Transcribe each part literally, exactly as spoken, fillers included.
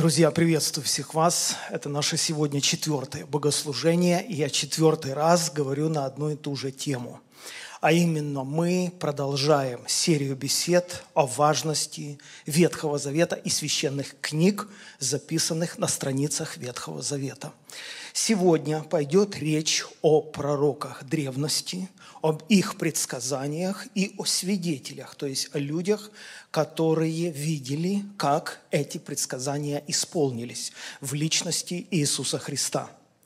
Друзья, приветствую всех вас. Это наше сегодня четвертое богослужение, и я четвертый раз говорю на одну и ту же тему. А именно, мы продолжаем серию бесед о важности Ветхого Завета и священных книг, записанных на страницах Ветхого Завета. Сегодня пойдет речь о пророках древности, об их предсказаниях и о свидетелях, то есть о людях, которые видели, как эти предсказания исполнились в личности Иисуса Христа.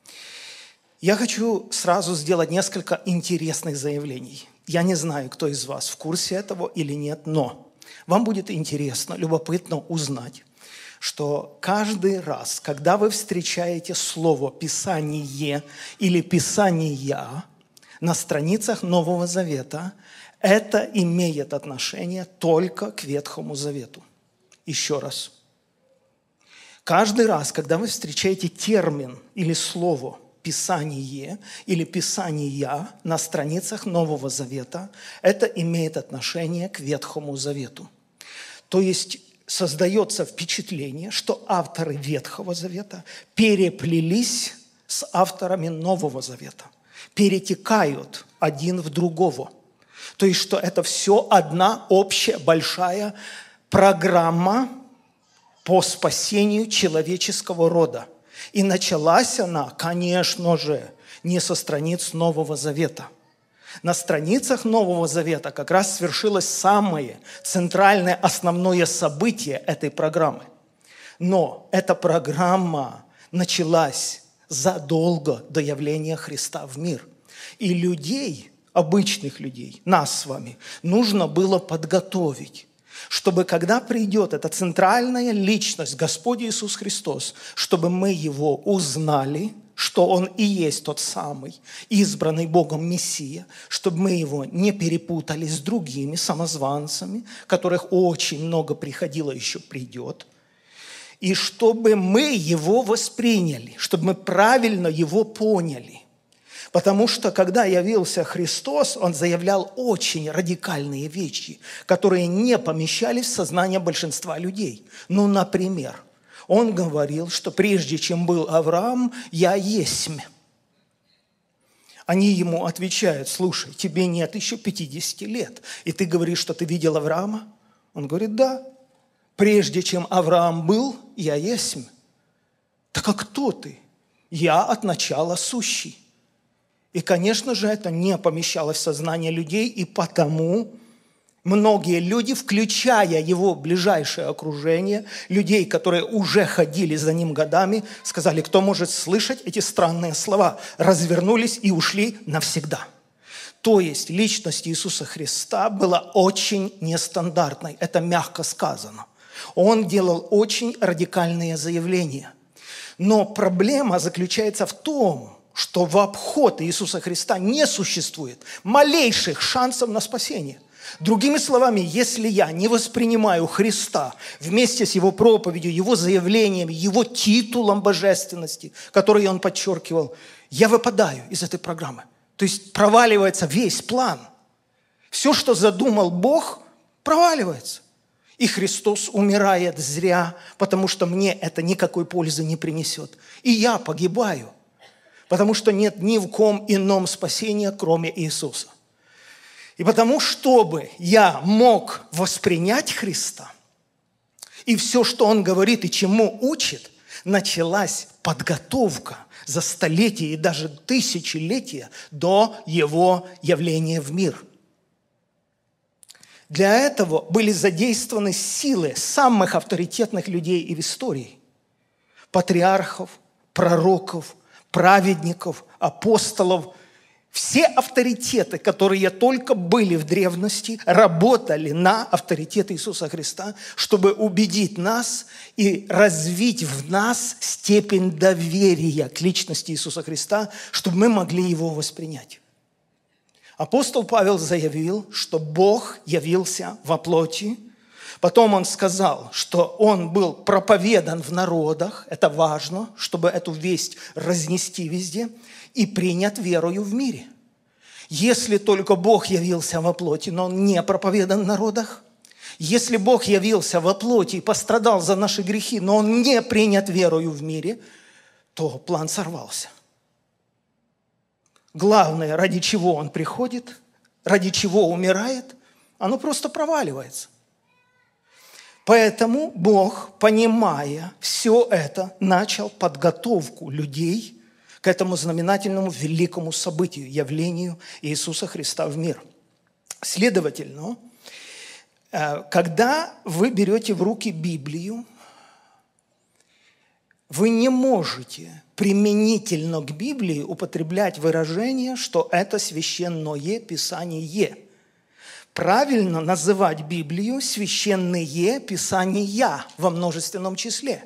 Я хочу сразу сделать несколько интересных заявлений. Я не знаю, кто из вас в курсе этого или нет, но вам будет интересно, любопытно узнать, что каждый раз, когда вы встречаете слово «писание» или «писания» на страницах Нового Завета, это имеет отношение только к Ветхому Завету. Еще раз. Каждый раз, когда вы встречаете термин или слово «писание» или «писания» на страницах Нового Завета, это имеет отношение к Ветхому Завету. То есть создается впечатление, что авторы Ветхого Завета переплелись с авторами Нового Завета, перетекают один в другого. То есть, что это все одна общая большая программа по спасению человеческого рода. И началась она, конечно же, не со страниц Нового Завета. На страницах Нового Завета как раз свершилось самое центральное, основное событие этой программы. Но эта программа началась задолго до явления Христа в мир. И людей, обычных людей, нас с вами, нужно было подготовить, чтобы когда придет эта центральная личность, Господь Иисус Христос, чтобы мы Его узнали, что Он и есть тот самый избранный Богом Мессия, чтобы мы Его не перепутали с другими самозванцами, которых очень много приходило, еще придет, и чтобы мы Его восприняли, чтобы мы правильно Его поняли. Потому что, когда явился Христос, Он заявлял очень радикальные вещи, которые не помещались в сознание большинства людей. Ну, например, Он говорил, что прежде чем был Авраам, «Я есмь». Они Ему отвечают: слушай, тебе нет еще пятидесяти лет, и ты говоришь, что ты видел Авраама? Он говорит: да, прежде чем Авраам был, «Я есмь». Так а кто ты? Я от начала сущий. И, конечно же, это не помещалось в сознание людей, и потому многие люди, включая его ближайшее окружение, людей, которые уже ходили за ним годами, сказали: кто может слышать эти странные слова? Развернулись и ушли навсегда. То есть личность Иисуса Христа была очень нестандартной, это мягко сказано. Он делал очень радикальные заявления. Но проблема заключается в том, что в обход Иисуса Христа не существует малейших шансов на спасение. Другими словами, если я не воспринимаю Христа вместе с Его проповедью, Его заявлением, Его титулом божественности, который Он подчеркивал, я выпадаю из этой программы. То есть проваливается весь план. Все, что задумал Бог, проваливается. И Христос умирает зря, потому что мне это никакой пользы не принесет. И я погибаю. Потому что нет ни в ком ином спасения, кроме Иисуса. И потому, чтобы я мог воспринять Христа, и все, что Он говорит и чему учит, началась подготовка за столетия и даже тысячелетия до Его явления в мир. Для этого были задействованы силы самых авторитетных людей и в истории. Патриархов, пророков, праведников, апостолов. Все авторитеты, которые только были в древности, работали на авторитет Иисуса Христа, чтобы убедить нас и развить в нас степень доверия к личности Иисуса Христа, чтобы мы могли Его воспринять. Апостол Павел заявил, что Бог явился во плоти. Потом он сказал, что он был проповедан в народах, это важно, чтобы эту весть разнести везде, и принят верою в мире. Если только Бог явился во плоти, но он не проповедан в народах, Если Бог явился во плоти и пострадал за наши грехи, но Он не принят верою в мире, то план сорвался. Главное, ради чего Он приходит, ради чего умирает, оно просто проваливается. Поэтому Бог, понимая все это, начал подготовку людей к этому знаменательному великому событию, явлению Иисуса Христа в мир. Следовательно, когда вы берете в руки Библию, вы не можете применительно к Библии употреблять выражение, что это священное Писание. Правильно называть Библию священные Писания во множественном числе.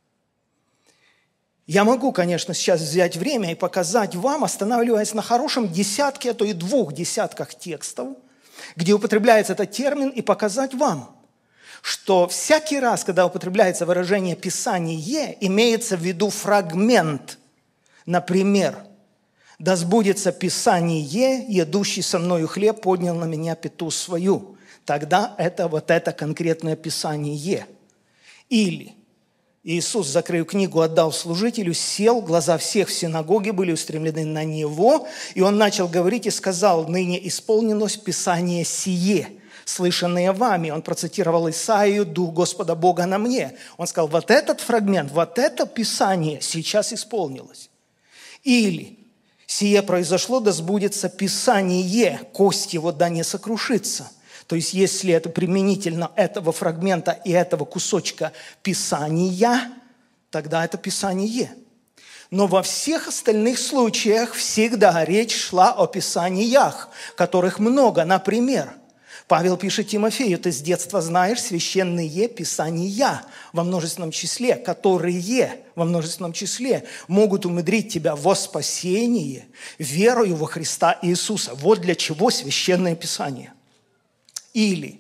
Я могу, конечно, сейчас взять время и показать вам, останавливаясь на хорошем десятке, а то и двух десятках текстов, где употребляется этот термин, и показать вам, что всякий раз, когда употребляется выражение «писание», имеется в виду фрагмент. Например, «Да сбудется Писание, едущий со мною хлеб, поднял на меня пяту свою». Тогда это вот это конкретное Писание. Или Иисус, закрыв книгу, отдал служителю, сел, глаза всех в синагоге были устремлены на Него, и Он начал говорить и сказал: «Ныне исполнилось Писание сие, слышанное вами». Он процитировал Исаию: «Дух Господа Бога на мне». Он сказал: вот этот фрагмент, вот это Писание сейчас исполнилось. Или «Сие произошло, да сбудется Писание, кость его да не сокрушится». То есть, если это применительно этого фрагмента и этого кусочка Писания, тогда это Писание. Но во всех остальных случаях всегда речь шла о Писаниях, которых много. Например, Павел пишет Тимофею: «Ты с детства знаешь священные Писания во множественном числе, которые во множественном числе могут умудрить тебя во спасение верою во Христа Иисуса». Вот для чего священное Писание. Или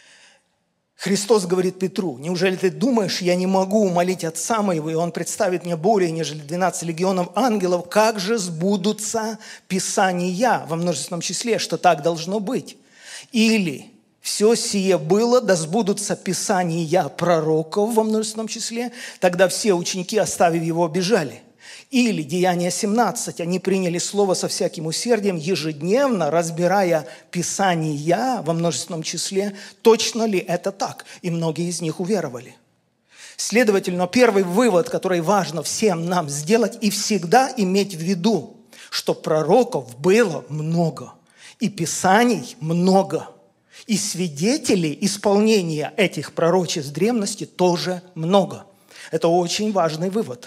Христос говорит Петру: «Неужели ты думаешь, я не могу умолить Отца моего, и Он представит мне более, нежели двенадцать легионов ангелов? Как же сбудутся Писания во множественном числе, что так должно быть?» Или «Все сие было, да сбудутся Писания пророков во множественном числе, тогда все ученики, оставив его, бежали». Или Деяния семнадцать, они приняли слово со всяким усердием, ежедневно разбирая Писания во множественном числе, точно ли это так, и многие из них уверовали. Следовательно, первый вывод, который важно всем нам сделать и всегда иметь в виду, что пророков было много, и Писаний много, и свидетелей исполнения этих пророчеств древности тоже много. Это очень важный вывод.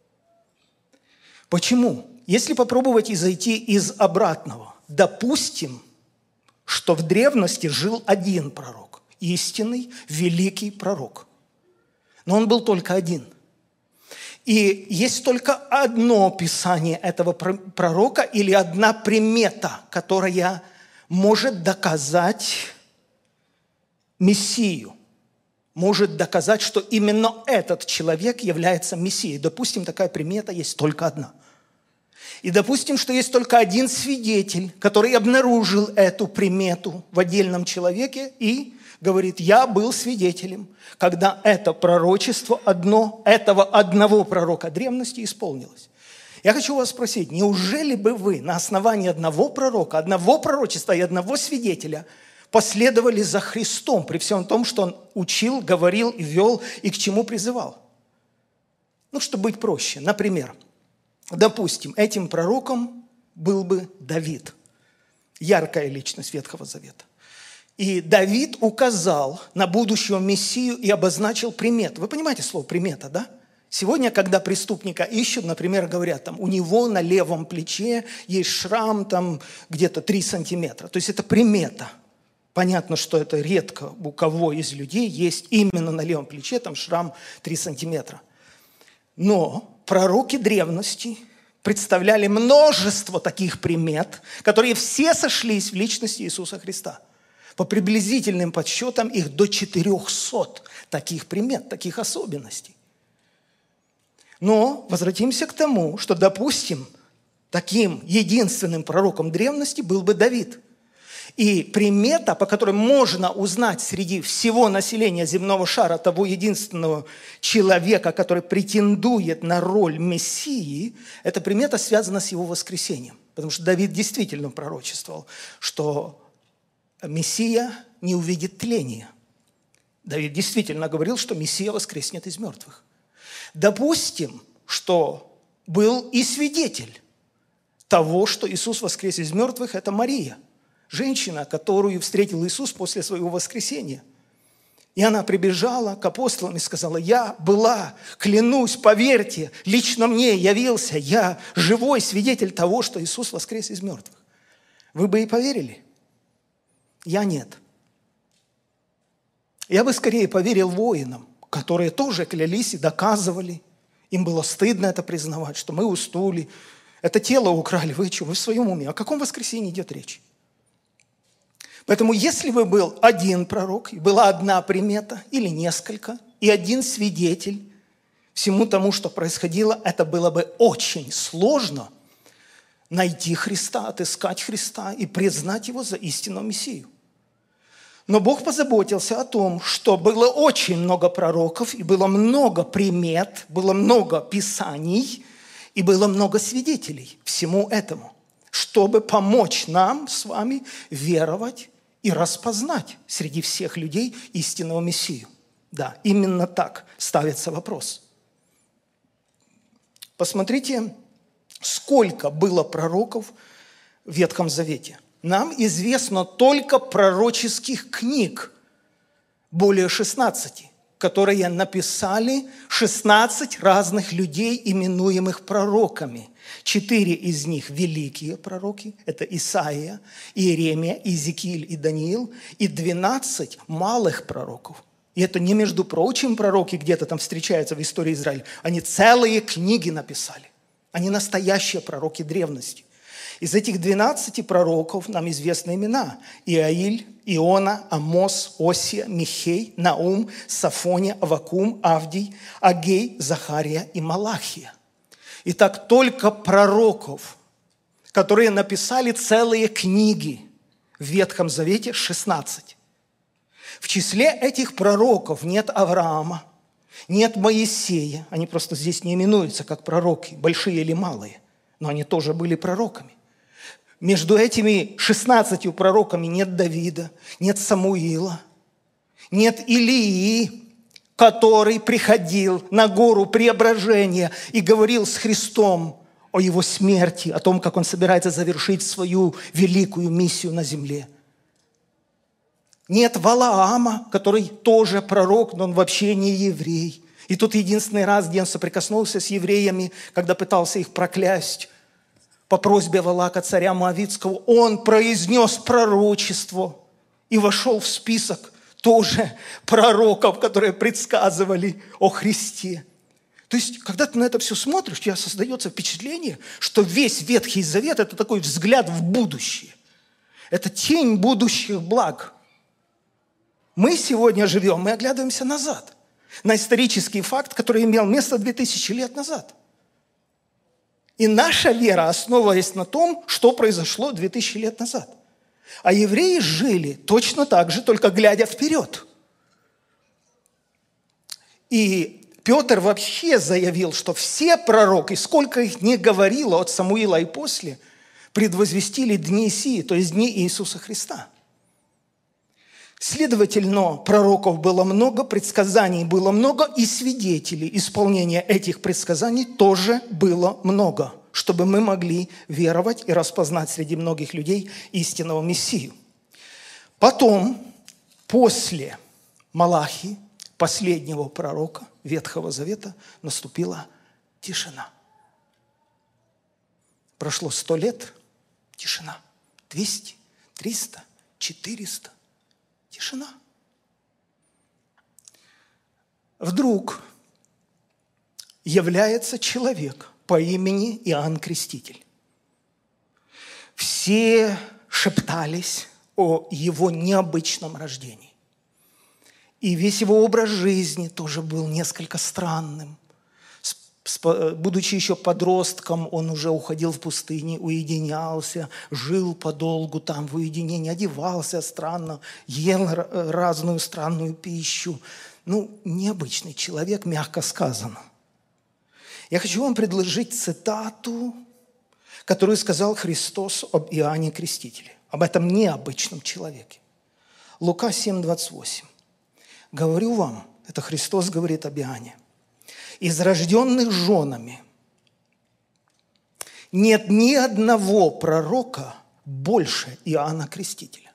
Почему? Если попробовать изойти из обратного, допустим, что в древности жил один пророк, истинный, великий пророк. Но он был только один. И есть только одно писание этого пророка или одна примета, которая может доказать Мессию, может доказать, что именно этот человек является Мессией. Допустим, такая примета есть только одна. И допустим, что есть только один свидетель, который обнаружил эту примету в отдельном человеке и говорит: я был свидетелем, когда это пророчество одно, этого одного пророка древности исполнилось. Я хочу вас спросить, неужели бы вы на основании одного пророка, одного пророчества и одного свидетеля последовали за Христом при всем том, что Он учил, говорил, вел и к чему призывал? Ну, чтобы быть проще. Например, допустим, этим пророком был бы Давид, яркая личность Ветхого Завета. И Давид указал на будущего Мессию и обозначил примету. Вы понимаете слово «примета», да? Сегодня, когда преступника ищут, например, говорят, там, у него на левом плече есть шрам там, где-то три сантиметра. То есть это примета. Понятно, что это редко у кого из людей есть именно на левом плече там шрам три сантиметра. Но пророки древности представляли множество таких примет, которые все сошлись в личности Иисуса Христа. По приблизительным подсчетам их до четырехсот таких примет, таких особенностей. Но возвратимся к тому, что, допустим, таким единственным пророком древности был бы Давид. И примета, по которой можно узнать среди всего населения земного шара того единственного человека, который претендует на роль Мессии, эта примета связана с его воскресением. Потому что Давид действительно пророчествовал, что Мессия не увидит тления. Давид действительно говорил, что Мессия воскреснет из мертвых. Допустим, что был и свидетель того, что Иисус воскрес из мертвых, это Мария, женщина, которую встретил Иисус после своего воскресения. И она прибежала к апостолам и сказала: я была, клянусь, поверьте, лично мне явился, я живой свидетель того, что Иисус воскрес из мертвых. Вы бы и поверили? Я нет. Я бы скорее поверил воинам, которые тоже клялись и доказывали. Им было стыдно это признавать, что мы уснули, это тело украли. Вы что, вы в своем уме? О каком воскресении идет речь? Поэтому если бы был один пророк, и была одна примета, или несколько, и один свидетель всему тому, что происходило, это было бы очень сложно найти Христа, отыскать Христа и признать Его за истинного Мессию. Но Бог позаботился о том, что было очень много пророков, и было много примет, было много писаний, и было много свидетелей всему этому, чтобы помочь нам с вами веровать и распознать среди всех людей истинного Мессию. Да, именно так ставится вопрос. Посмотрите, сколько было пророков в Ветхом Завете. Нам известно только пророческих книг, более шестнадцати, которые написали шестнадцать разных людей, именуемых пророками. Четыре из них великие пророки, это Исаия, Иеремия, Иезекииль и Даниил, и двенадцать малых пророков. И это не, между прочим, пророки где-то там встречаются в истории Израиля. Они целые книги написали. Они настоящие пророки древности. Из этих двенадцати пророков нам известны имена: Иаиль, Иона, Амос, Осия, Михей, Наум, Сафония, Аввакум, Авдий, Агей, Захария и Малахия. Итак, только пророков, которые написали целые книги в Ветхом Завете, шестнадцать. В числе этих пророков нет Авраама, нет Моисея. Они просто здесь не именуются как пророки, большие или малые, но они тоже были пророками. Между этими шестнадцатью пророками нет Давида, нет Самуила, нет Илии, который приходил на гору преображения и говорил с Христом о его смерти, о том, как он собирается завершить свою великую миссию на земле. Нет Валаама, который тоже пророк, но он вообще не еврей. И тут единственный раз, где он соприкоснулся с евреями, когда пытался их проклясть, по просьбе Валака, царя Моавитского, он произнес пророчество и вошел в список тоже пророков, которые предсказывали о Христе. То есть, когда ты на это все смотришь, у тебя создается впечатление, что весь Ветхий Завет – это такой взгляд в будущее. Это тень будущих благ. Мы сегодня живем, мы оглядываемся назад, на исторический факт, который имел место две тысячи лет назад. И наша вера основывается на том, что произошло две тысячи лет назад. А евреи жили точно так же, только глядя вперед. И Петр вообще заявил, что все пророки, сколько их не говорило от Самуила и после, предвозвестили дни сии, то есть дни Иисуса Христа. Следовательно, пророков было много, предсказаний было много, и свидетелей исполнения этих предсказаний тоже было много, чтобы мы могли веровать и распознать среди многих людей истинного Мессию. Потом, после Малахии, последнего пророка Ветхого Завета, наступила тишина. Прошло сто лет, тишина. Двести, триста, четыреста. Тишина. Вдруг является человек по имени Иоанн Креститель. Все шептались о его необычном рождении. И весь его образ жизни тоже был несколько странным, с Будучи еще подростком, он уже уходил в пустыне, уединялся, жил подолгу там в уединении, одевался странно, ел разную странную пищу. Ну, необычный человек, мягко сказано. Я хочу вам предложить цитату, которую сказал Христос об Иоанне Крестителе, об этом необычном человеке. Лука семь двадцать восемь. «Говорю вам», это Христос говорит об Иоанне, «из рожденных женами нет ни одного пророка больше Иоанна Крестителя».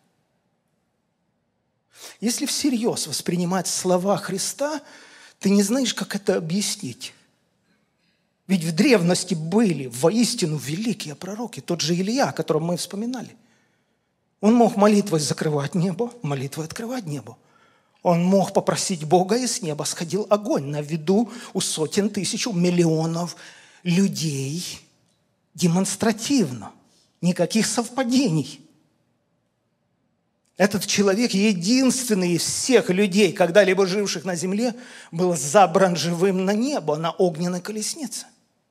Если всерьез воспринимать слова Христа, ты не знаешь, как это объяснить. Ведь в древности были воистину великие пророки, тот же Илия, о котором мы вспоминали. Он мог молитвой закрывать небо, молитвой открывать небо. Он мог попросить Бога, и с неба сходил огонь на виду у сотен тысяч, у миллионов людей демонстративно. Никаких совпадений. Этот человек, единственный из всех людей, когда-либо живших на земле, был забран живым на небо, на огненной колеснице.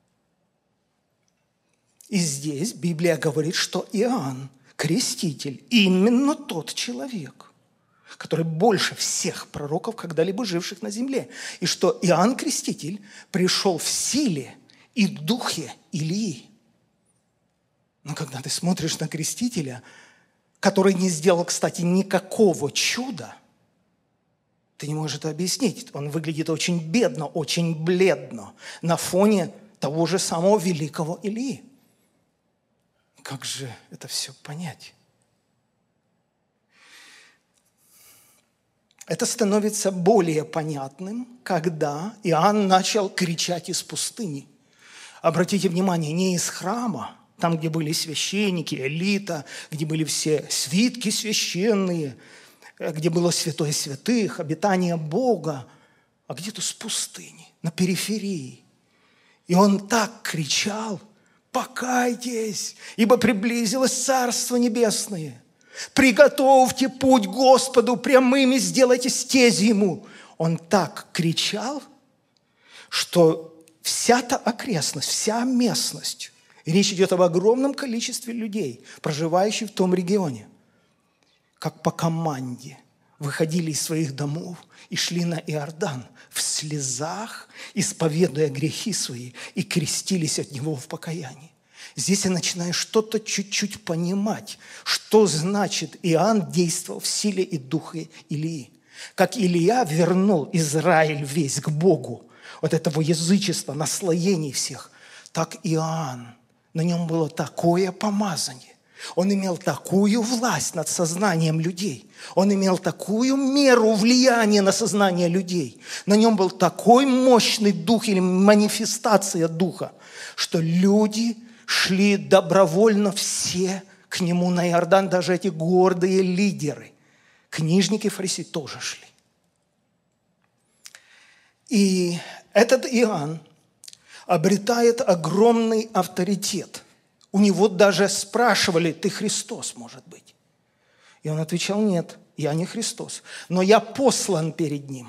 И здесь Библия говорит, что Иоанн, Креститель, именно тот человек, который больше всех пророков, когда-либо живших на земле. И что Иоанн Креститель пришел в силе и духе Илии. Но когда ты смотришь на Крестителя, который не сделал, кстати, никакого чуда, ты не можешь это объяснить. Он выглядит очень бедно, очень бледно на фоне того же самого великого Илии. Как же это все понять? Это становится более понятным, когда Иоанн начал кричать из пустыни. Обратите внимание, не из храма, там, где были священники, элита, где были все свитки священные, где было святое святых, обитание Бога, а где-то с пустыни, на периферии. И он так кричал: «Покайтесь, ибо приблизилось Царство Небесное! Приготовьте путь Господу, прямыми сделайте стези Ему!» Он так кричал, что вся та окрестность, вся местность, речь идет об огромном количестве людей, проживающих в том регионе, как по команде выходили из своих домов и шли на Иордан в слезах, исповедуя грехи свои, и крестились от него в покаянии. Здесь я начинаю что-то чуть-чуть понимать, что значит Иоанн действовал в силе и духе Илии. Как Илия вернул Израиль весь к Богу, вот этого язычества, наслоений всех, так Иоанн, на нем было такое помазание. Он имел такую власть над сознанием людей. Он имел такую меру влияния на сознание людей. На нем был такой мощный дух или манифестация духа, что люди шли добровольно все к нему на Иордан, даже эти гордые лидеры. Книжники, фарисеи тоже шли. И этот Иоанн обретает огромный авторитет. У него даже спрашивали: «Ты Христос, может быть?» И он отвечал: «Нет, я не Христос, но я послан перед Ним».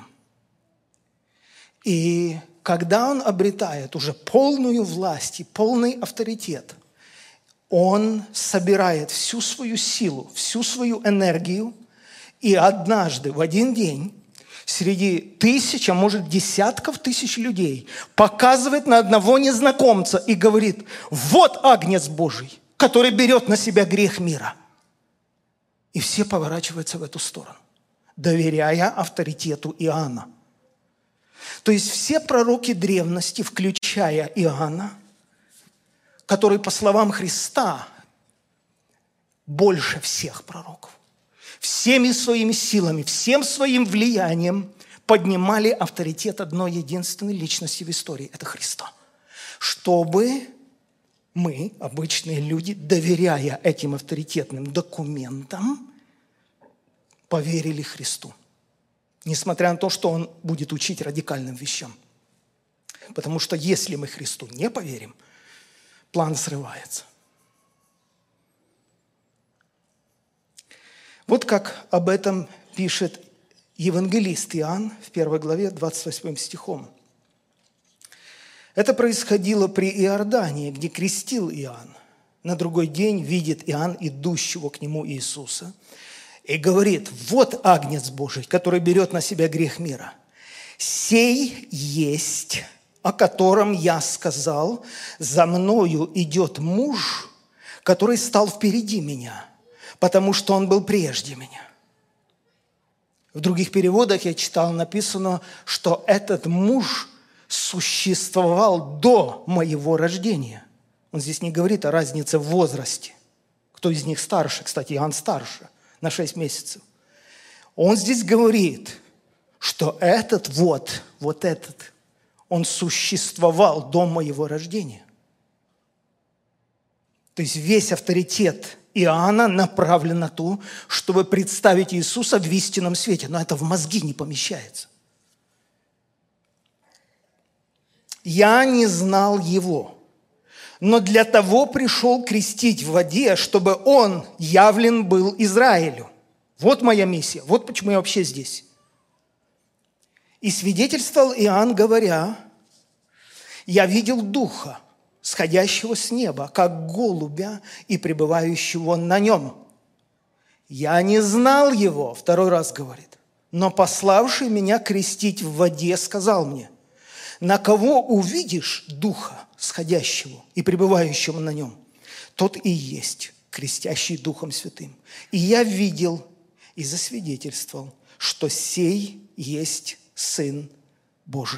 И когда он обретает уже полную власть и полный авторитет, он собирает всю свою силу, всю свою энергию, и однажды, в один день, среди тысяч, а может десятков тысяч людей, показывает на одного незнакомца и говорит: «Вот Агнец Божий, который берет на себя грех мира». И все поворачиваются в эту сторону, доверяя авторитету Иоанна. То есть все пророки древности, включая Иоанна, который, по словам Христа, больше всех пророков, всеми своими силами, всем своим влиянием поднимали авторитет одной единственной личности в истории – это Христа. Чтобы мы, обычные люди, доверяя этим авторитетным документам, поверили Христу. Несмотря на то, что Он будет учить радикальным вещам. Потому что если мы Христу не поверим, план срывается. Вот как об этом пишет евангелист Иоанн в первой главе двадцать восьмым стихом. Это происходило при Иордании, где крестил Иоанн. На другой день видит Иоанн идущего к нему Иисуса и говорит: вот Агнец Божий, который берет на себя грех мира. Сей есть, о котором я сказал, за мною идет муж, который стал впереди меня, потому что он был прежде меня. В других переводах я читал, написано, что этот муж существовал до моего рождения. Он здесь не говорит о разнице в возрасте. Кто из них старше? Кстати, Иоанн старше на шесть месяцев. Он здесь говорит, что этот вот, вот этот, он существовал до моего рождения. То есть весь авторитет Иоанна направлен на то, чтобы представить Иисуса в истинном свете. Но это в мозги не помещается. Я не знал его, но для того пришел крестить в воде, чтобы он явлен был Израилю. Вот моя миссия, вот почему я вообще здесь. И свидетельствовал Иоанн, говоря: я видел Духа, сходящего с неба, как голубя и пребывающего на нем. Я не знал его, второй раз говорит, но пославший меня крестить в воде сказал мне: на кого увидишь Духа сходящего и пребывающего на нем, тот и есть крестящий Духом Святым. И я видел и засвидетельствовал, что сей есть Сын Божий.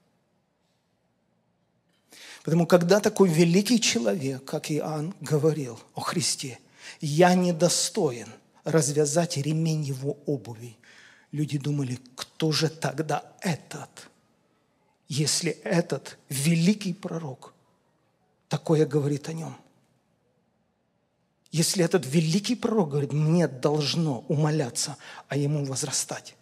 Потому когда такой великий человек, как Иоанн, говорил о Христе: я недостоин развязать ремень его обуви, люди думали: кто же тогда этот, если этот великий пророк такое говорит о нем? Если этот великий пророк говорит: мне должно умоляться, а ему возрастать.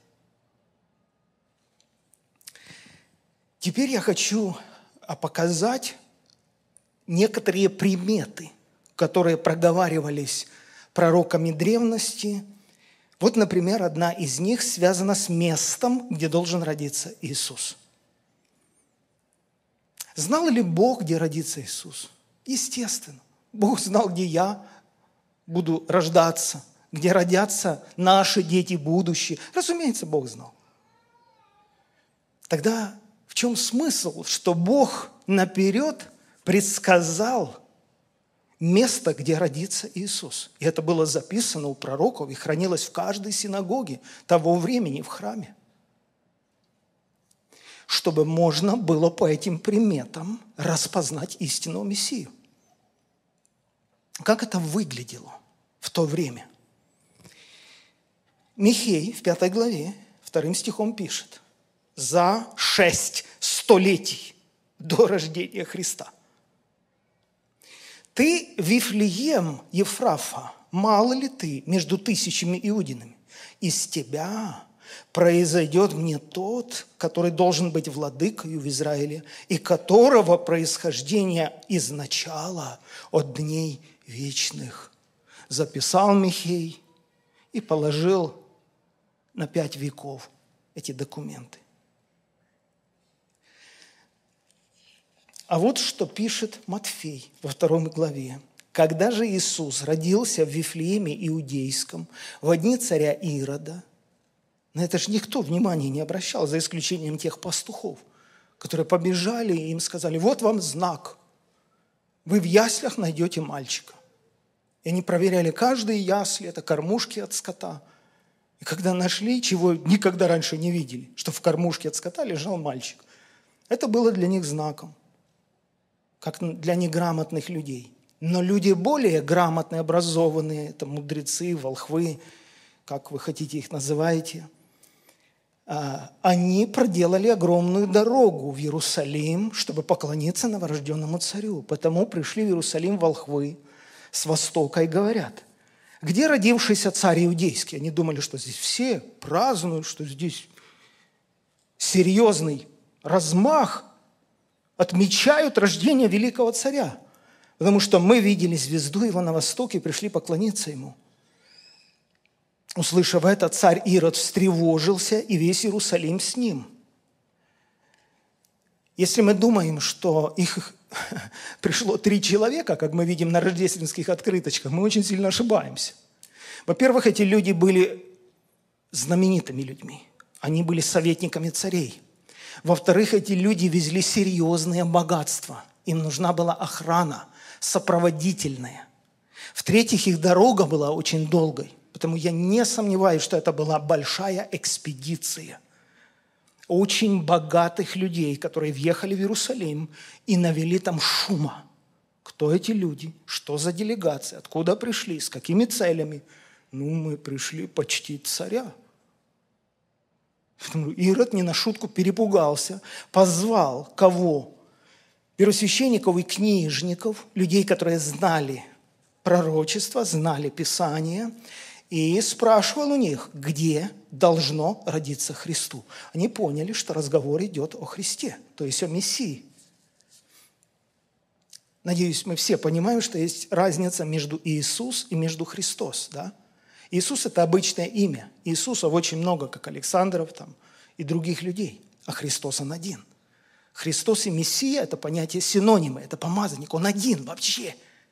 Теперь я хочу показать некоторые приметы, которые проговаривались пророками древности. Вот, например, одна из них связана с местом, где должен родиться Иисус. Знал ли Бог, где родится Иисус? Естественно. Бог знал, где я буду рождаться, где родятся наши дети будущие. Разумеется, Бог знал. Тогда в чем смысл, что Бог наперед предсказал место, где родится Иисус? И это было записано у пророков и хранилось в каждой синагоге того времени в храме. Чтобы можно было по этим приметам распознать истинного Мессию. Как это выглядело в то время? Михей в пятой главе, вторым стихом пишет: за шесть столетий до рождения Христа. Ты, Вифлеем Ефрафа, мало ли ты между тысячами иудинами? Из тебя произойдет мне тот, который должен быть владыкою в Израиле, и которого происхождение изначало от дней вечных. Записал Михей и положил на пять веков эти документы. А вот что пишет Матфей во второй главе. Когда же Иисус родился в Вифлееме Иудейском в дни царя Ирода, на это же никто внимания не обращал, за исключением тех пастухов, которые побежали и им сказали: вот вам знак, вы в яслях найдете мальчика. И они проверяли каждые ясли, это кормушки от скота. И когда нашли, чего никогда раньше не видели, что в кормушке от скота лежал мальчик, это было для них знаком, как для неграмотных людей. Но люди более грамотные, образованные, это мудрецы, волхвы, как вы хотите их называете, они проделали огромную дорогу в Иерусалим, чтобы поклониться новорожденному царю. Потому пришли в Иерусалим волхвы с востока и говорят: где родившийся царь иудейский? Они думали, что здесь все празднуют, что здесь серьезный размах, отмечают рождение великого царя. Потому что мы видели звезду его на востоке и пришли поклониться ему. Услышав это, царь Ирод встревожился, и весь Иерусалим с ним. Если мы думаем, что их пришло три человека, как мы видим на рождественских открыточках, мы очень сильно ошибаемся. Во-первых, эти люди были знаменитыми людьми. Они были советниками царей. Во-вторых, эти люди везли серьезные богатства. Им нужна была охрана, сопроводительная. В-третьих, их дорога была очень долгой. Поэтому я не сомневаюсь, что это была большая экспедиция очень богатых людей, которые въехали в Иерусалим и навели там шума. Кто эти люди? Что за делегация? Откуда пришли? С какими целями? Ну, мы пришли почтить царя. Ирод не на шутку перепугался, позвал кого? Первосвященников и книжников, людей, которые знали пророчество, знали Писание, и спрашивал у них, где должно родиться Христу. Они поняли, что разговор идет о Христе, то есть о Мессии. Надеюсь, мы все понимаем, что есть разница между Иисус и между Христос. Да? Иисус – это обычное имя. Иисусов очень много, как Александров там, и других людей. А Христос – Он один. Христос и Мессия – это понятие синонимы, это помазанник. Он один вообще.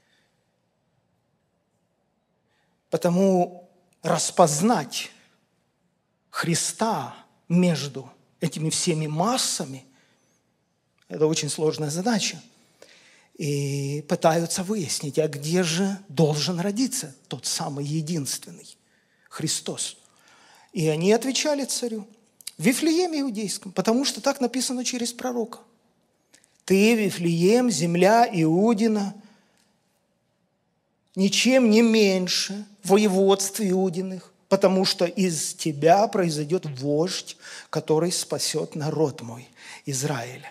Потому распознать Христа между этими всеми массами – это очень сложная задача. И пытаются выяснить, а где же должен родиться тот самый единственный Христос. И они отвечали царю: в Вифлееме иудейском, потому что так написано через пророка. Ты, Вифлеем, земля Иудина, ничем не меньше воеводств Иудиных, потому что из тебя произойдет вождь, который спасет народ мой, Израиля.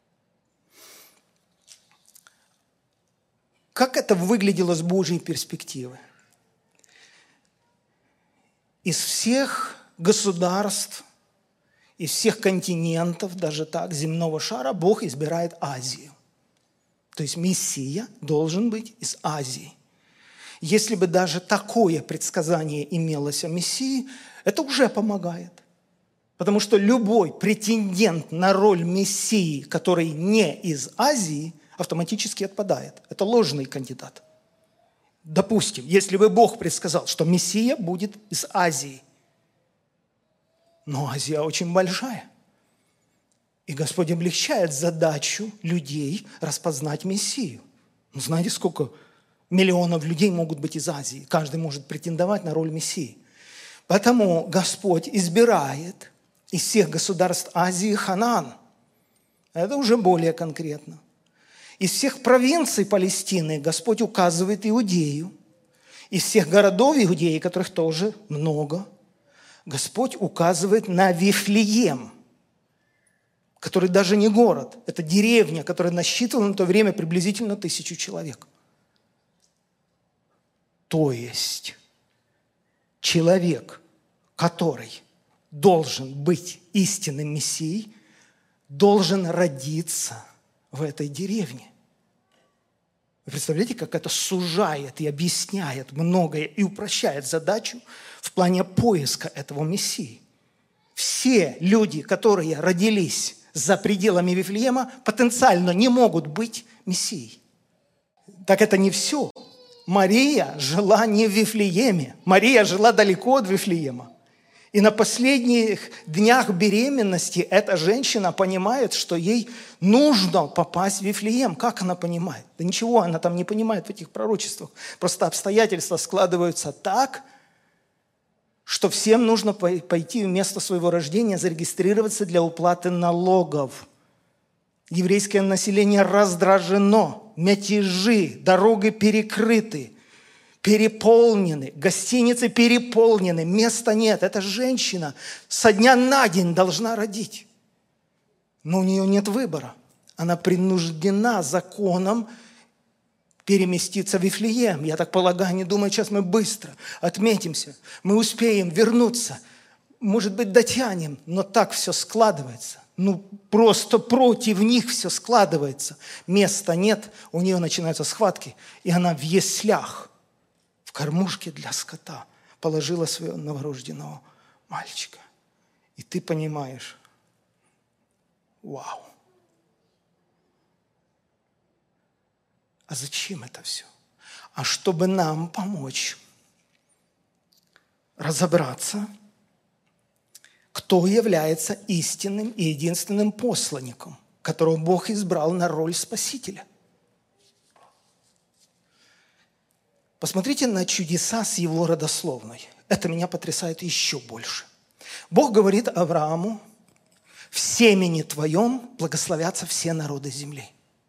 Как это выглядело с Божьей перспективы? Из всех государств, из всех континентов, даже так, земного шара, Бог избирает Азию. То есть Мессия должен быть из Азии. Если бы даже такое предсказание имелось о Мессии, это уже помогает. Потому что любой претендент на роль Мессии, который не из Азии, автоматически отпадает. Это ложный кандидат. Допустим, если бы Бог предсказал, что Мессия будет из Азии, но Азия очень большая. И Господь облегчает задачу людей распознать Мессию. Ну, знаете, сколько миллионов людей могут быть из Азии? Каждый может претендовать на роль Мессии. Поэтому Господь избирает из всех государств Азии Ханаан. Это уже более конкретно. Из всех провинций Палестины Господь указывает Иудею. Из всех городов Иудеи, которых тоже много, Господь указывает на Вифлеем, который даже не город. Это деревня, которая насчитывала на то время приблизительно тысячу человек. То есть человек, который должен быть истинным Мессией, должен родиться в этой деревне. Вы представляете, как это сужает и объясняет многое и упрощает задачу в плане поиска этого Мессии. Все люди, которые родились за пределами Вифлеема, потенциально не могут быть Мессией. Так это не все. Мария жила не в Вифлееме. Мария жила далеко от Вифлеема. И на последних днях беременности эта женщина понимает, что ей нужно попасть в Вифлеем. Как она понимает? Да ничего она там не понимает в этих пророчествах. Просто обстоятельства складываются так, что всем нужно пойти в место своего рождения, зарегистрироваться для уплаты налогов. Еврейское население раздражено, мятежи, дороги перекрыты. Переполнены, гостиницы переполнены, места нет. Эта женщина со дня на день должна родить. Но у нее нет выбора. Она принуждена законом переместиться в Вифлеем. Я так полагаю, они думают, сейчас мы быстро отметимся, мы успеем вернуться, может быть, дотянем, но так все складывается. Ну, просто против них все складывается. Места нет, у нее начинаются схватки, и она в яслях, в кормушке для скота положила своего новорожденного мальчика. И ты понимаешь, вау, А зачем это все? А чтобы нам помочь разобраться, кто является истинным и единственным посланником, которого Бог избрал на роль Спасителя. Посмотрите на чудеса с его родословной. Это меня потрясает еще больше. Бог говорит Аврааму: в семени твоем благословятся все народы земли.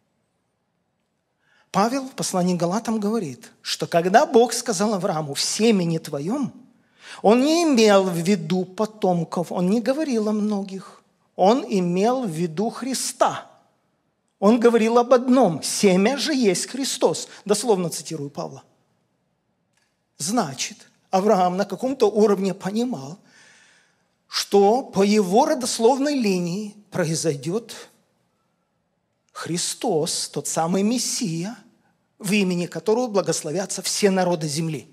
Павел в послании к Галатам говорит, что когда Бог сказал Аврааму: в семени твоем, он не имел в виду потомков, он не говорил о многих, он имел в виду Христа. Он говорил об одном: семя же есть Христос. Дословно цитирую Павла. Значит, Авраам на каком-то уровне понимал, что по его родословной линии произойдет Христос, тот самый Мессия, в имени которого благословятся все народы земли.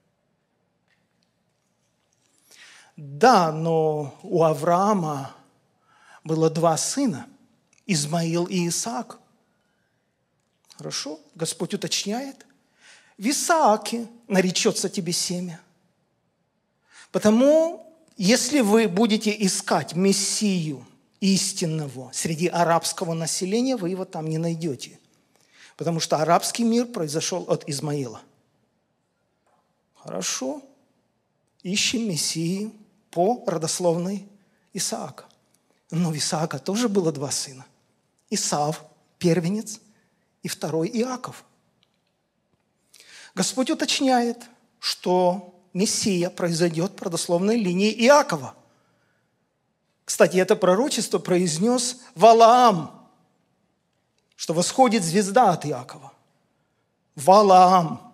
Да, но у Авраама было два сына, Измаил и Исаак. Хорошо, Господь уточняет: в Исааке наречется тебе семя. Потому, если вы будете искать Мессию истинного среди арабского населения, вы его там не найдете. Потому что арабский мир произошел от Измаила. Хорошо. Ищем Мессию по родословной Исаака. Но у Исаака тоже было два сына. Исав, первенец, и второй Иаков. Господь уточняет, что Мессия произойдет по родословной линии Иакова. Кстати, это пророчество произнес Валаам, что восходит звезда от Иакова. Валаам.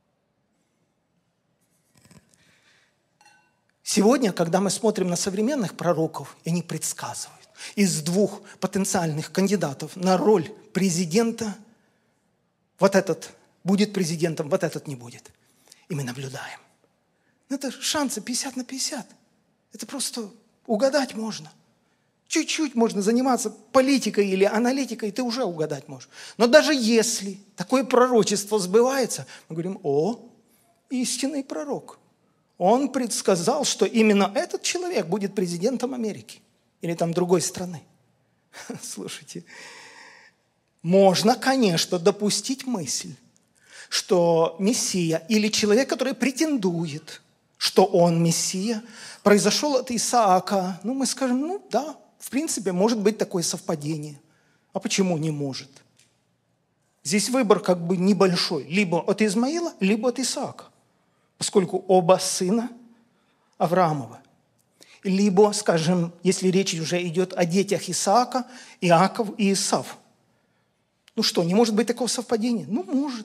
Сегодня, когда мы смотрим на современных пророков, и они предсказывают, из двух потенциальных кандидатов на роль президента, вот этот будет президентом, вот этот не будет. И мы наблюдаем. Это шансы пятьдесят на пятьдесят. Это просто угадать можно. Чуть-чуть можно заниматься политикой или аналитикой, ты уже угадать можешь. Но даже если такое пророчество сбывается, мы говорим: о, истинный пророк. Он предсказал, что именно этот человек будет президентом Америки или там другой страны. Слушайте, можно, конечно, допустить мысль, что Мессия или человек, который претендует, что он Мессия, произошел от Исаака. Ну, мы скажем: ну да, в принципе, может быть такое совпадение. А почему не может? Здесь выбор как бы небольшой. Либо от Измаила, либо от Исаака. Поскольку оба сына Авраамова. Либо, скажем, если речь уже идет о детях Исаака, Иаков и Исав. Ну что, не может быть такого совпадения? Ну, может.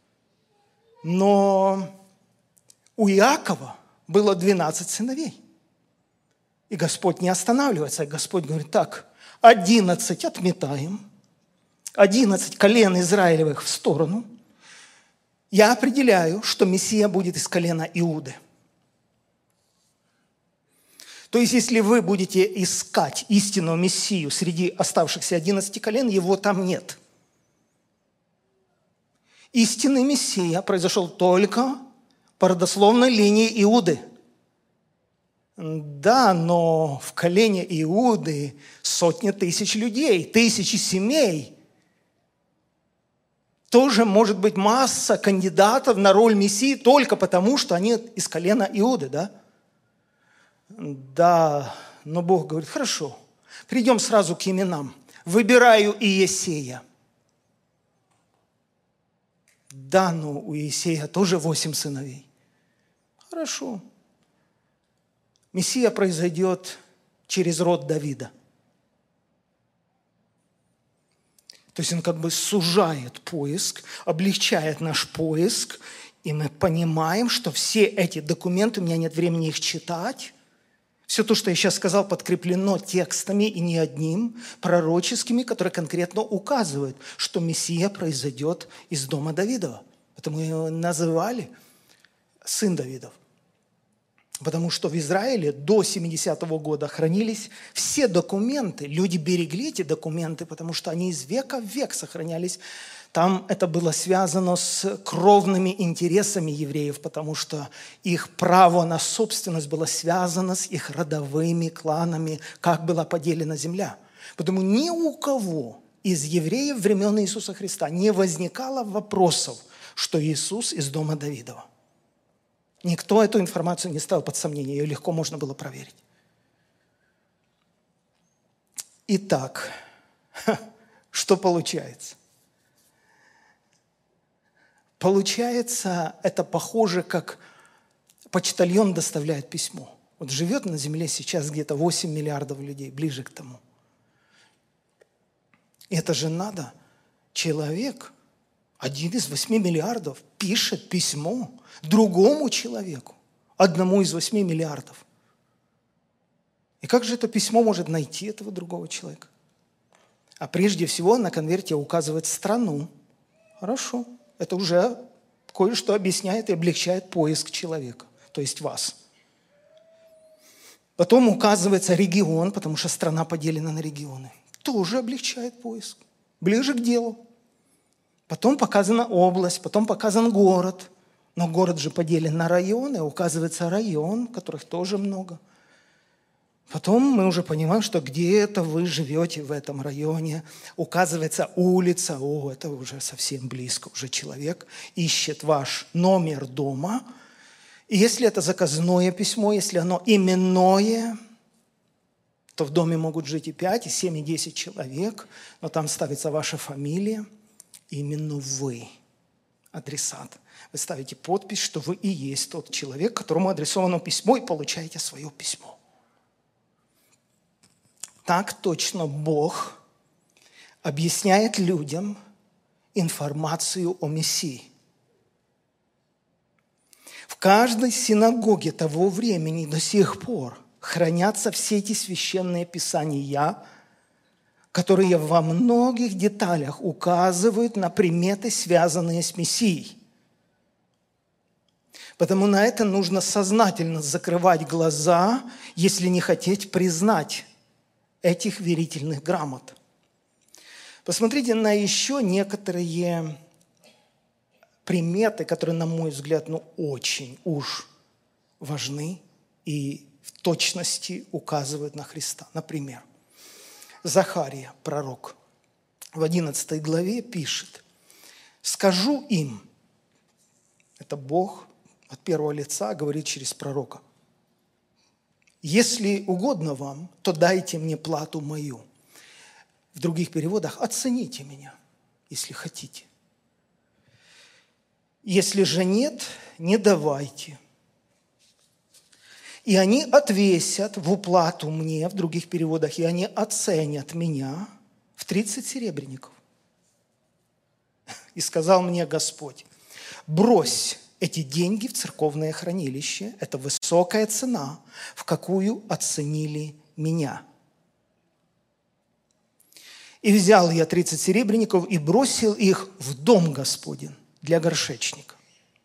Но у Иакова было двенадцать сыновей. И Господь не останавливается. Господь говорит: так, одиннадцать отметаем, одиннадцать колен Израилевых в сторону. Я определяю, что Мессия будет из колена Иуды. То есть, если вы будете искать истинного Мессию среди оставшихся одиннадцати колен, его там нет. Истинный Мессия произошел только по родословной линии Иуды. Да, но в колене Иуды сотни тысяч людей, тысячи семей. Тоже может быть масса кандидатов на роль Мессии только потому, что они из колена Иуды, да? Да, но Бог говорит: хорошо, придем сразу к именам. Выбираю Иесея. Да, но у Иесея тоже восемь сыновей. Хорошо. Мессия произойдет через род Давида. То есть он как бы сужает поиск, облегчает наш поиск, и мы понимаем, что все эти документы, у меня нет времени их читать, все то, что я сейчас сказал, подкреплено текстами и не одним, пророческими, которые конкретно указывают, что Мессия произойдет из дома Давидова. Поэтому его называли сын Давидов. Потому что в Израиле до семидесятого года хранились все документы. Люди берегли эти документы, потому что они из века в век сохранялись Там это было связано с кровными интересами евреев, потому что их право на собственность было связано с их родовыми кланами, как была поделена земля. Поэтому ни у кого из евреев времен Иисуса Христа не возникало вопросов, что Иисус из дома Давидова. Никто эту информацию не ставил под сомнение, ее легко можно было проверить. Итак, что получается? Получается, это похоже, как почтальон доставляет письмо. Вот живет на земле сейчас где-то восемь миллиардов людей, ближе к тому. Это же надо. Человек, один из восьми миллиардов, пишет письмо другому человеку, одному из восьми миллиардов. И как же это письмо может найти этого другого человека? А прежде всего на конверте указывает страну. Хорошо. Это уже кое-что объясняет и облегчает поиск человека, то есть вас. Потом указывается регион, потому что страна поделена на регионы. Тоже облегчает поиск. Ближе к делу. Потом показана область, потом показан город. Но город же поделен на районы, указывается район, которых тоже много. Потом мы уже понимаем, что где-то вы живете в этом районе. Указывается улица. О, это уже совсем близко. Уже человек ищет ваш номер дома. И если это заказное письмо, если оно именное, то в доме могут жить и пять, и семь, и десять человек. Но там ставится ваша фамилия. Именно вы, адресат. Вы ставите подпись, что вы и есть тот человек, которому адресовано письмо, и получаете свое письмо. Так точно Бог объясняет людям информацию о Мессии. В каждой синагоге того времени до сих пор хранятся все эти священные писания, которые во многих деталях указывают на приметы, связанные с Мессией. Потому на это нужно сознательно закрывать глаза, если не хотеть признать этих верительных грамот. Посмотрите на еще некоторые приметы, которые, на мой взгляд, ну, очень уж важны и в точности указывают на Христа. Например, Захария, пророк, в одиннадцатой главе пишет: «Скажу им», это Бог от первого лица говорит через пророка, «Если угодно вам, то дайте мне плату мою». В других переводах «оцените меня, если хотите». «Если же нет, не давайте». «И они отвесят в уплату мне», в других переводах, «и они оценят меня в тридцать серебряников». «И сказал мне Господь: брось эти деньги в церковное хранилище, это высокая цена, в какую оценили меня. И взял я тридцать серебряников и бросил их в дом Господень для горшечника».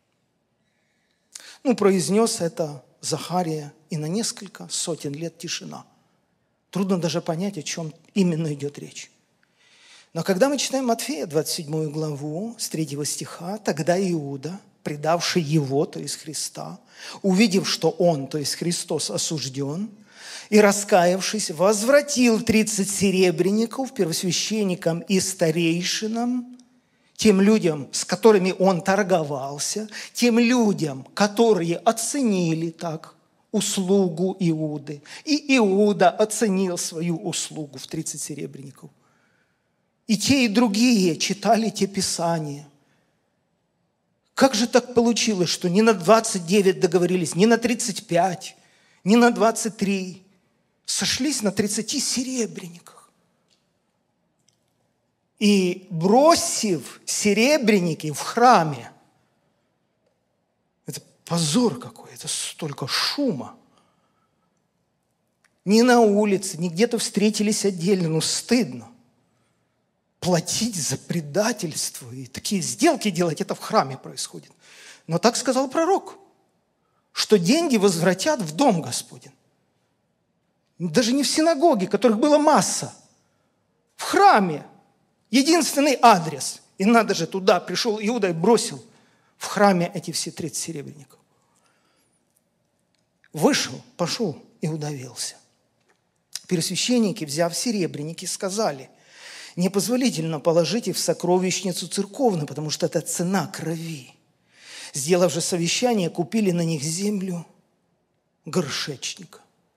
Ну, произнес это Захария, и на несколько сотен лет тишина. Трудно даже понять, о чем именно идет речь. Но когда мы читаем Матфея, двадцать седьмую главу, с третьего стиха, тогда Иуда, предавший его, то есть Христа, увидев, что он, то есть Христос, осужден, и, раскаявшись, возвратил тридцать серебряников первосвященникам и старейшинам, тем людям, с которыми он торговался, тем людям, которые оценили так услугу Иуды. И Иуда оценил свою услугу в тридцать серебряников. И те, и другие читали те писания. Как же так получилось, что ни на двадцать девять договорились, ни на тридцать пять, ни на двадцать три, сошлись на тридцати серебряниках? И бросив серебряники в храме, это позор какой, это столько шума. Ни на улице, ни где-то встретились отдельно, ну стыдно. Платить за предательство и такие сделки делать, это в храме происходит. Но так сказал пророк, что деньги возвратят в дом Господень. Даже не в синагоге, которых была масса, в храме. Единственный адрес. И надо же, туда пришел Иуда и бросил в храме эти все тридцать серебряников. Вышел, пошел и удавился. Первосвященники, взяв серебряники, сказали: непозволительно положить их в сокровищницу церковную, потому что это цена крови. Сделав же совещание, купили на них землю горшечника.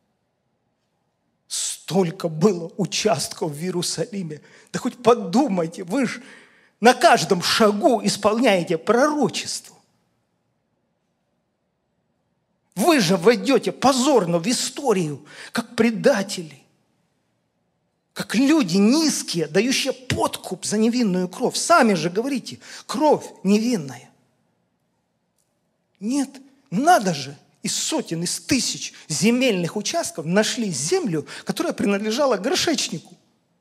Столько было участков в Иерусалиме. Да хоть подумайте, вы же на каждом шагу исполняете пророчество. Вы же войдете позорно в историю, как предатели, как люди низкие, дающие подкуп за невинную кровь. Сами же говорите, кровь невинная. Нет, надо же, из сотен, из тысяч земельных участков нашли землю, которая принадлежала горшечнику.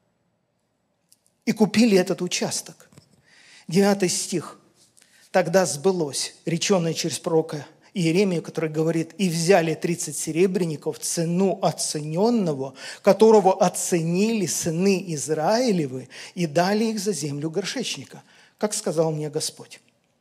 И купили этот участок. Девятый стих. Тогда сбылось, реченное через пророка Иеремию, который говорит: «И взяли тридцать серебряников, цену оцененного, которого оценили сыны Израилевы, и дали их за землю горшечника, как сказал мне Господь».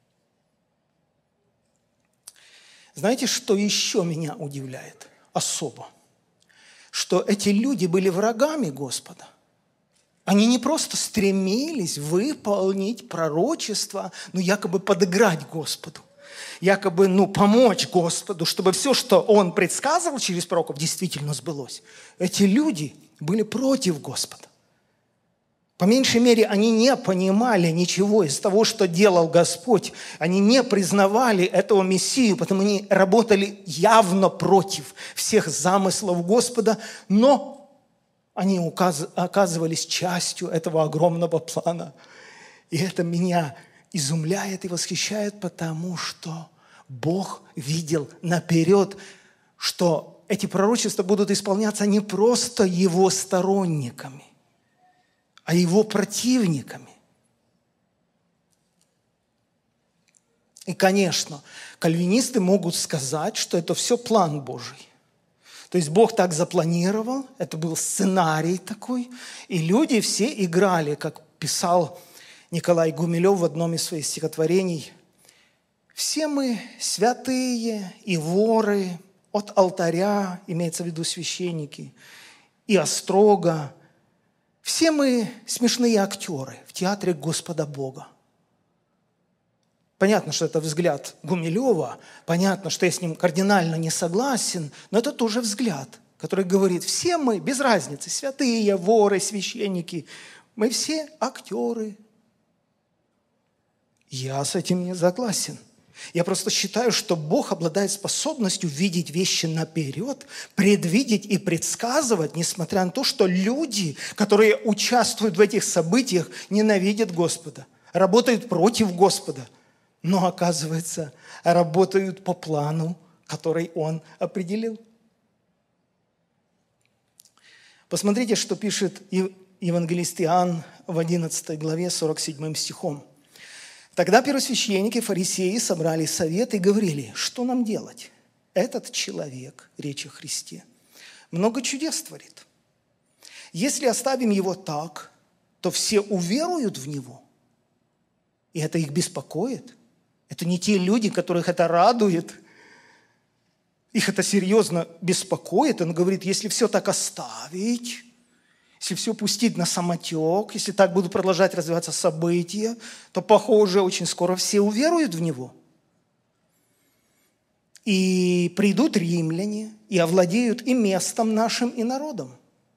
Знаете, что еще меня удивляет особо? Что эти люди были врагами Господа. Они не просто стремились выполнить пророчество, ну, якобы подыграть Господу, якобы, ну, помочь Господу, чтобы все, что Он предсказывал через пророков, действительно сбылось. Эти люди были против Господа. По меньшей мере, они не понимали ничего из того, что делал Господь. Они не признавали этого Мессию, потому они работали явно против всех замыслов Господа, но они оказывались частью этого огромного плана. И это меня изумляет и восхищает, потому что Бог видел наперед, что эти пророчества будут исполняться не просто Его сторонниками, а Его противниками. И, конечно, кальвинисты могут сказать, что это все план Божий. То есть Бог так запланировал, это был сценарий такой, и люди все играли, как писал Николай Гумилев в одном из своих стихотворений: «Все мы святые и воры от алтаря», имеется в виду священники, «и острога. Все мы смешные актеры в театре Господа Бога». Понятно, что это взгляд Гумилева, понятно, что я с ним кардинально не согласен, но это тоже взгляд, который говорит: все мы, без разницы, святые, воры, священники, мы все актеры. Я с этим не согласен. Я просто считаю, что Бог обладает способностью видеть вещи наперед, предвидеть и предсказывать, несмотря на то, что люди, которые участвуют в этих событиях, ненавидят Господа, работают против Господа, но, оказывается, работают по плану, который Он определил. Посмотрите, что пишет евангелист Иоанн в одиннадцатой главе сорок седьмым стихом. «Тогда первосвященники, фарисеи собрали совет и говорили: что нам делать? Этот человек, речь о Христе, много чудес творит. Если оставим его так, то все уверуют в него». И это их беспокоит. Это не те люди, которых это радует. Их это серьезно беспокоит. Он говорит: если все так оставить, если все пустить на самотек, если так будут продолжать развиваться события, то, похоже, очень скоро все уверуют в него. И придут римляне и овладеют и местом нашим, и народом.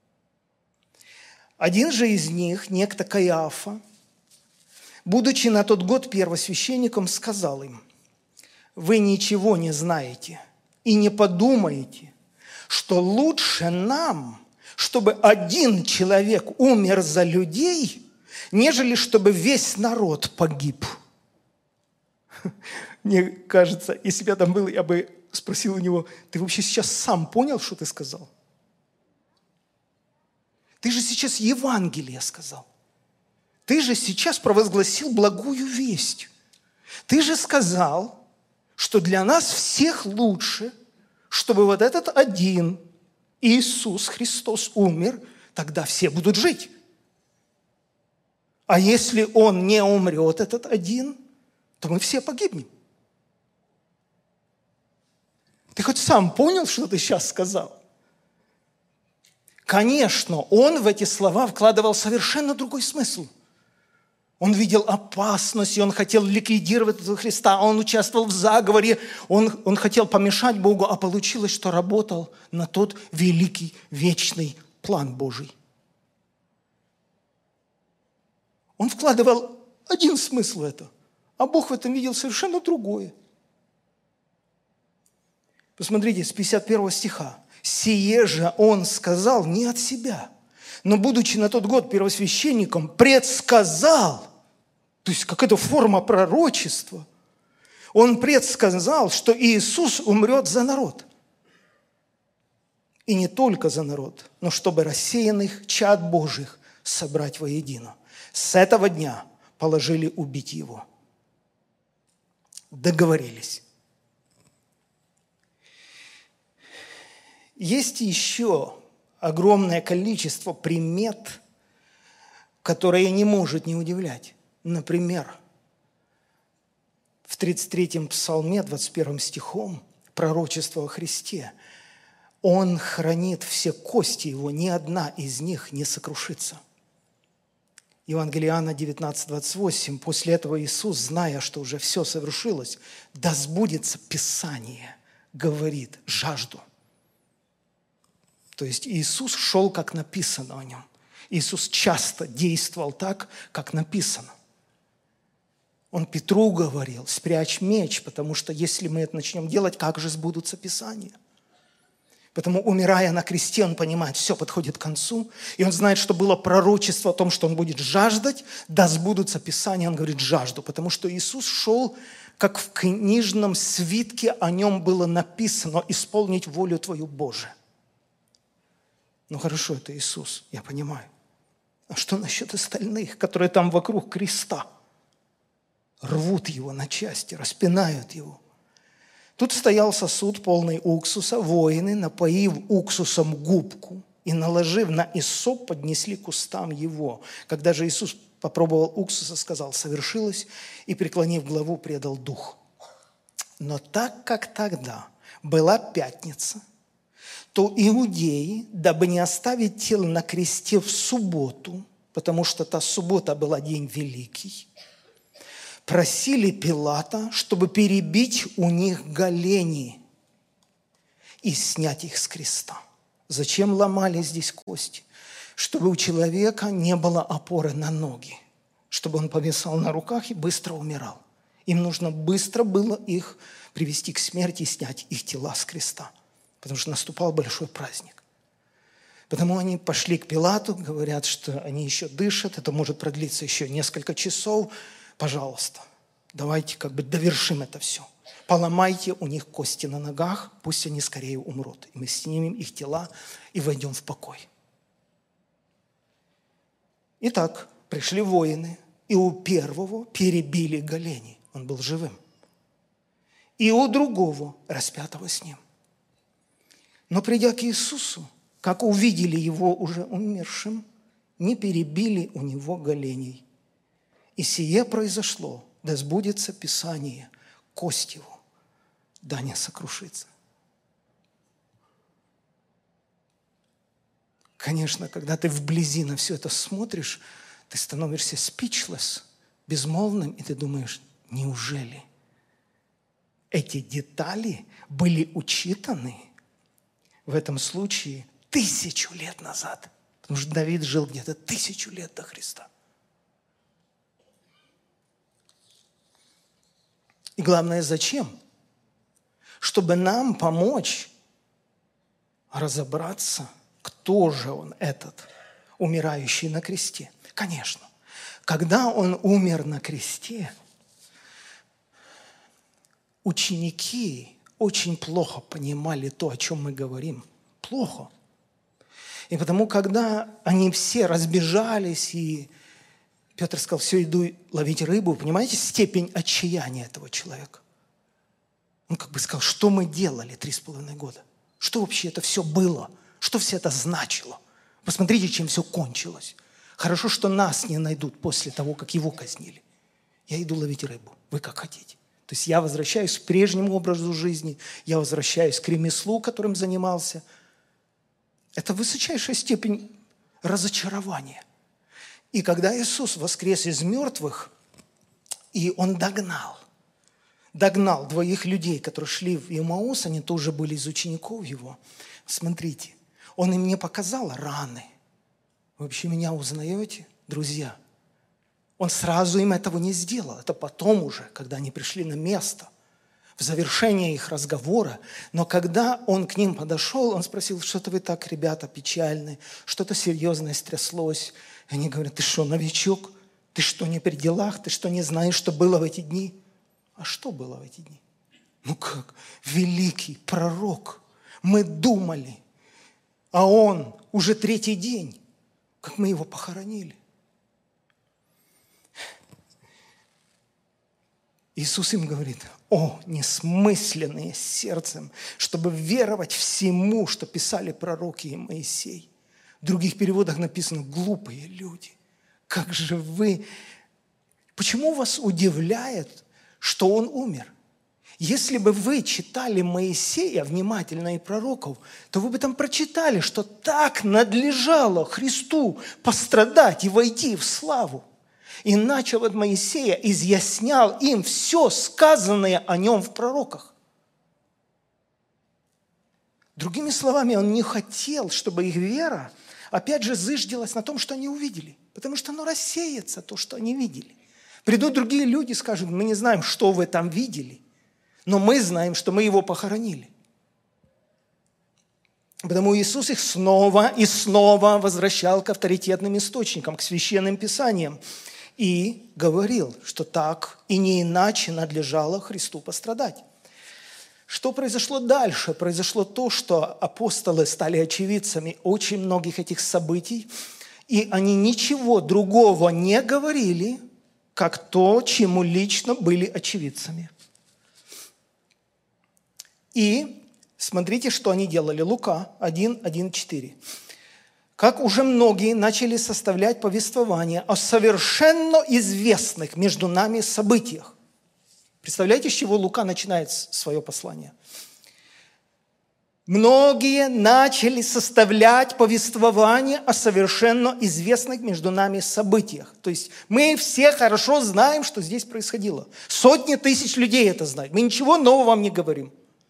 Один же из них, некто Каиафа, будучи на тот год первосвященником, сказал им: вы ничего не знаете и не подумаете, что лучше нам, чтобы один человек умер за людей, нежели чтобы весь народ погиб. Мне кажется, если бы я там был, я бы спросил у него: ты вообще сейчас сам понял, что ты сказал? Ты же сейчас Евангелие сказал. Ты же сейчас провозгласил благую весть. Ты же сказал, что для нас всех лучше, чтобы вот этот один Иисус Христос умер, тогда все будут жить. А если он не умрет, этот один, то мы все погибнем. Ты хоть сам понял, что ты сейчас сказал? Конечно, он в эти слова вкладывал совершенно другой смысл. Он видел опасность, и он хотел ликвидировать Христа, он участвовал в заговоре, он, он хотел помешать Богу, а получилось, что работал на тот великий, вечный план Божий. Он вкладывал один смысл в это, а Бог в этом видел совершенно другое. Посмотрите, с пятьдесят первого стиха. «Сие же он сказал не от себя, но, будучи на тот год первосвященником, предсказал», то есть какая-то форма пророчества, он предсказал, что Иисус умрет за народ. И не только за народ, но чтобы рассеянных чад Божьих собрать воедино. С этого дня положили убить его. Договорились. Есть еще огромное количество примет, которые не может не удивлять. Например, в тридцать третьем псалме, двадцать первым стихом, пророчество о Христе. Он хранит все кости его, ни одна из них не сокрушится. Евангелие Иоанна девятнадцать двадцать восемь. После этого Иисус, зная, что уже все совершилось, да сбудется Писание, говорит, жажду. То есть Иисус шел, как написано о нем. Иисус часто действовал так, как написано. Он Петру говорил, спрячь меч, потому что если мы это начнем делать, как же сбудутся Писания? Потому, умирая на кресте, он понимает, все подходит к концу, и он знает, что было пророчество о том, что он будет жаждать, да сбудутся Писания, он говорит, жажду, потому что Иисус шел, как в книжном свитке о нем было написано, исполнить волю Твою, Боже. Ну хорошо, это Иисус, я понимаю. А что насчет остальных, которые там вокруг креста? Рвут его на части, распинают его. Тут стоял сосуд, полный уксуса. Воины, напоив уксусом губку и наложив на иссоп, поднесли к устам его. Когда же Иисус попробовал уксуса, сказал, совершилось, и, преклонив главу, предал дух. Но так как тогда была пятница, то иудеи, дабы не оставить тело на кресте в субботу, потому что та суббота была день великий, просили Пилата, чтобы перебить у них голени и снять их с креста. Зачем ломали здесь кости? Чтобы у человека не было опоры на ноги, чтобы он повисал на руках и быстро умирал. Им нужно быстро было их привести к смерти и снять их тела с креста, потому что наступал большой праздник. Потому они пошли к Пилату, говорят, что они еще дышат, это может продлиться еще несколько часов. Пожалуйста, давайте как бы довершим это все. Поломайте у них кости на ногах, пусть они скорее умрут. И мы снимем их тела и войдем в покой. Итак, пришли воины, и у первого перебили голени. Он был живым. И у другого, распятого с ним. Но придя к Иисусу, как увидели его уже умершим, не перебили у него голеней. И сие произошло, да сбудется Писание, кость его, да не сокрушится. Конечно, когда ты вблизи на все это смотришь, ты становишься speechless, безмолвным, и ты думаешь, неужели эти детали были учитаны в этом случае тысячу лет назад? Потому что Давид жил где-то тысячу лет до Христа. И главное, зачем? Чтобы нам помочь разобраться, кто же он этот, умирающий на кресте. Конечно, когда он умер на кресте, ученики очень плохо понимали то, о чем мы говорим. Плохо. И потому, когда они все разбежались, и Петр сказал, все, иду ловить рыбу, понимаете, степень отчаяния этого человека. Он как бы сказал, что мы делали три с половиной года? Что вообще это все было? Что все это значило? Посмотрите, чем все кончилось. Хорошо, что нас не найдут после того, как его казнили. Я иду ловить рыбу. Вы как хотите. То есть я возвращаюсь к прежнему образу жизни, я возвращаюсь к ремеслу, которым занимался. Это высочайшая степень разочарования. И когда Иисус воскрес из мертвых, и Он догнал, догнал двоих людей, которые шли в Имаус, они тоже были из учеников Его. Смотрите, Он им не показал раны. Вы вообще меня узнаете, друзья? Он сразу им этого не сделал. Это потом уже, когда они пришли на место, в завершение их разговора. Но когда он к ним подошел, он спросил: что-то вы так, ребята, печальны, что-то серьезное стряслось. И они говорят: ты что, новичок? Ты что, не при делах? Ты что, не знаешь, что было в эти дни? А что было в эти дни? Ну как? Великий пророк. Мы думали, а он уже третий день, как мы его похоронили. Иисус им говорит: о, несмысленные сердцем, чтобы веровать всему, что писали пророки и Моисей. В других переводах написано: глупые люди. Как же вы... Почему вас удивляет, что он умер? Если бы вы читали Моисея внимательно и пророков, то вы бы там прочитали, что так надлежало Христу пострадать и войти в славу. И начал от Моисея, изъяснял им все сказанное о нем в пророках. Другими словами, он не хотел, чтобы их вера, опять же, зыждилась на том, что они увидели. Потому что оно рассеется, то, что они видели. Придут другие люди и скажут: мы не знаем, что вы там видели, но мы знаем, что мы его похоронили. Потому Иисус их снова и снова возвращал к авторитетным источникам, к священным писаниям. И говорил, что так и не иначе надлежало Христу пострадать. Что произошло дальше? Произошло то, что апостолы стали очевидцами очень многих этих событий, и они ничего другого не говорили, как то, чему лично были очевидцами. И смотрите, что они делали. Лука один, один, четыре. Как уже многие начали составлять повествование о совершенно известных между нами событиях. Представляете, с чего Лука начинает свое послание? Многие начали составлять повествование о совершенно известных между нами событиях. То есть мы все хорошо знаем, что здесь происходило. Сотни тысяч людей это знают. Мы ничего нового вам не говорим.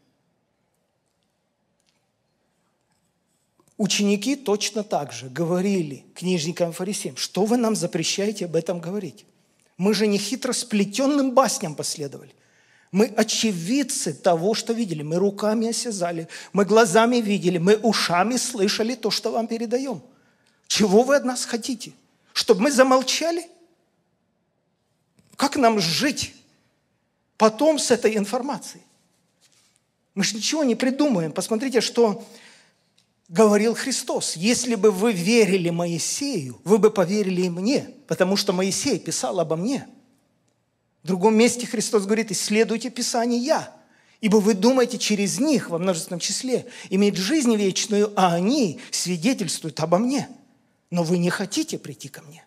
Ученики точно так же говорили книжникам и фарисеям: что вы нам запрещаете об этом говорить? Мы же не хитро сплетенным басням последовали. Мы очевидцы того, что видели. Мы руками осязали, мы глазами видели, мы ушами слышали то, что вам передаем. Чего вы от нас хотите? Чтобы мы замолчали? Как нам жить потом с этой информацией? Мы же ничего не придумаем. Посмотрите, что говорил Христос: если бы вы верили Моисею, вы бы поверили и мне, потому что Моисей писал обо мне. В другом месте Христос говорит: исследуйте Писания, ибо вы думаете через них, во множественном числе, иметь жизнь вечную, а они свидетельствуют обо мне. Но вы не хотите прийти ко мне.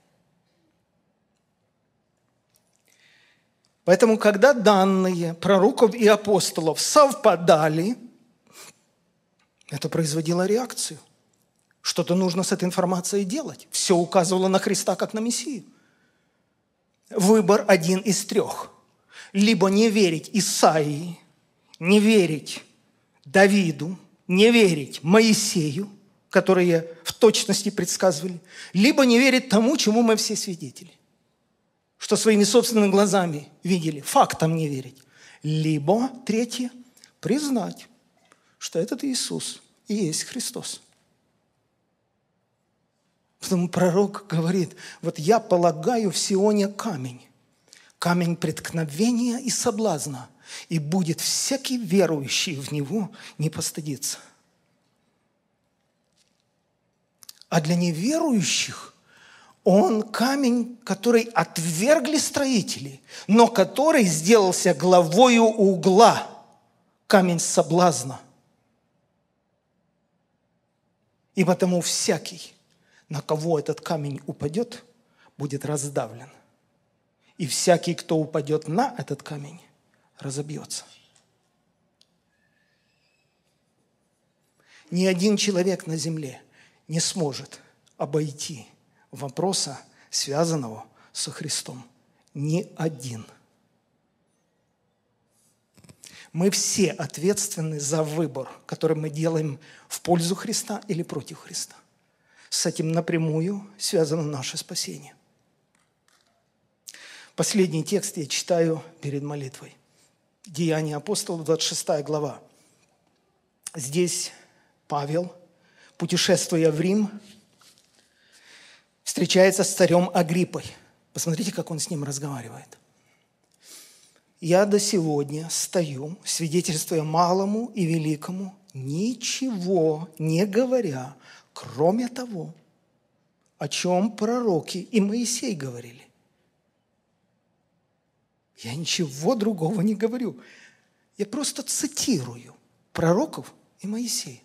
Поэтому, когда данные пророков и апостолов совпадали, это производило реакцию. Что-то нужно с этой информацией делать. Все указывало на Христа как на Мессию. Выбор один из трех. Либо не верить Исаии, не верить Давиду, не верить Моисею, которые в точности предсказывали, либо не верить тому, чему мы все свидетели. Что своими собственными глазами видели, фактам не верить. Либо, третье, признать, что этот Иисус и есть Христос. Потому пророк говорит: вот я полагаю в Сионе камень, камень преткновения и соблазна, и будет всякий верующий в него не постыдиться. А для неверующих он камень, который отвергли строители, но который сделался главою угла, камень соблазна. И потому всякий, на кого этот камень упадет, будет раздавлен. И всякий, кто упадет на этот камень, разобьется. Ни один человек на земле не сможет обойти вопроса, связанного со Христом. Ни один. Мы все ответственны за выбор, который мы делаем в пользу Христа или против Христа. С этим напрямую связано наше спасение. Последний текст я читаю перед молитвой. Деяния апостолов, двадцать шестая глава. Здесь Павел, путешествуя в Рим, встречается с царем Агриппой. Посмотрите, как он с ним разговаривает. «Я до сегодня стою, свидетельствуя малому и великому, ничего не говоря, кроме того, о чем пророки и Моисей говорили». Я ничего другого не говорю. Я просто цитирую пророков и Моисея.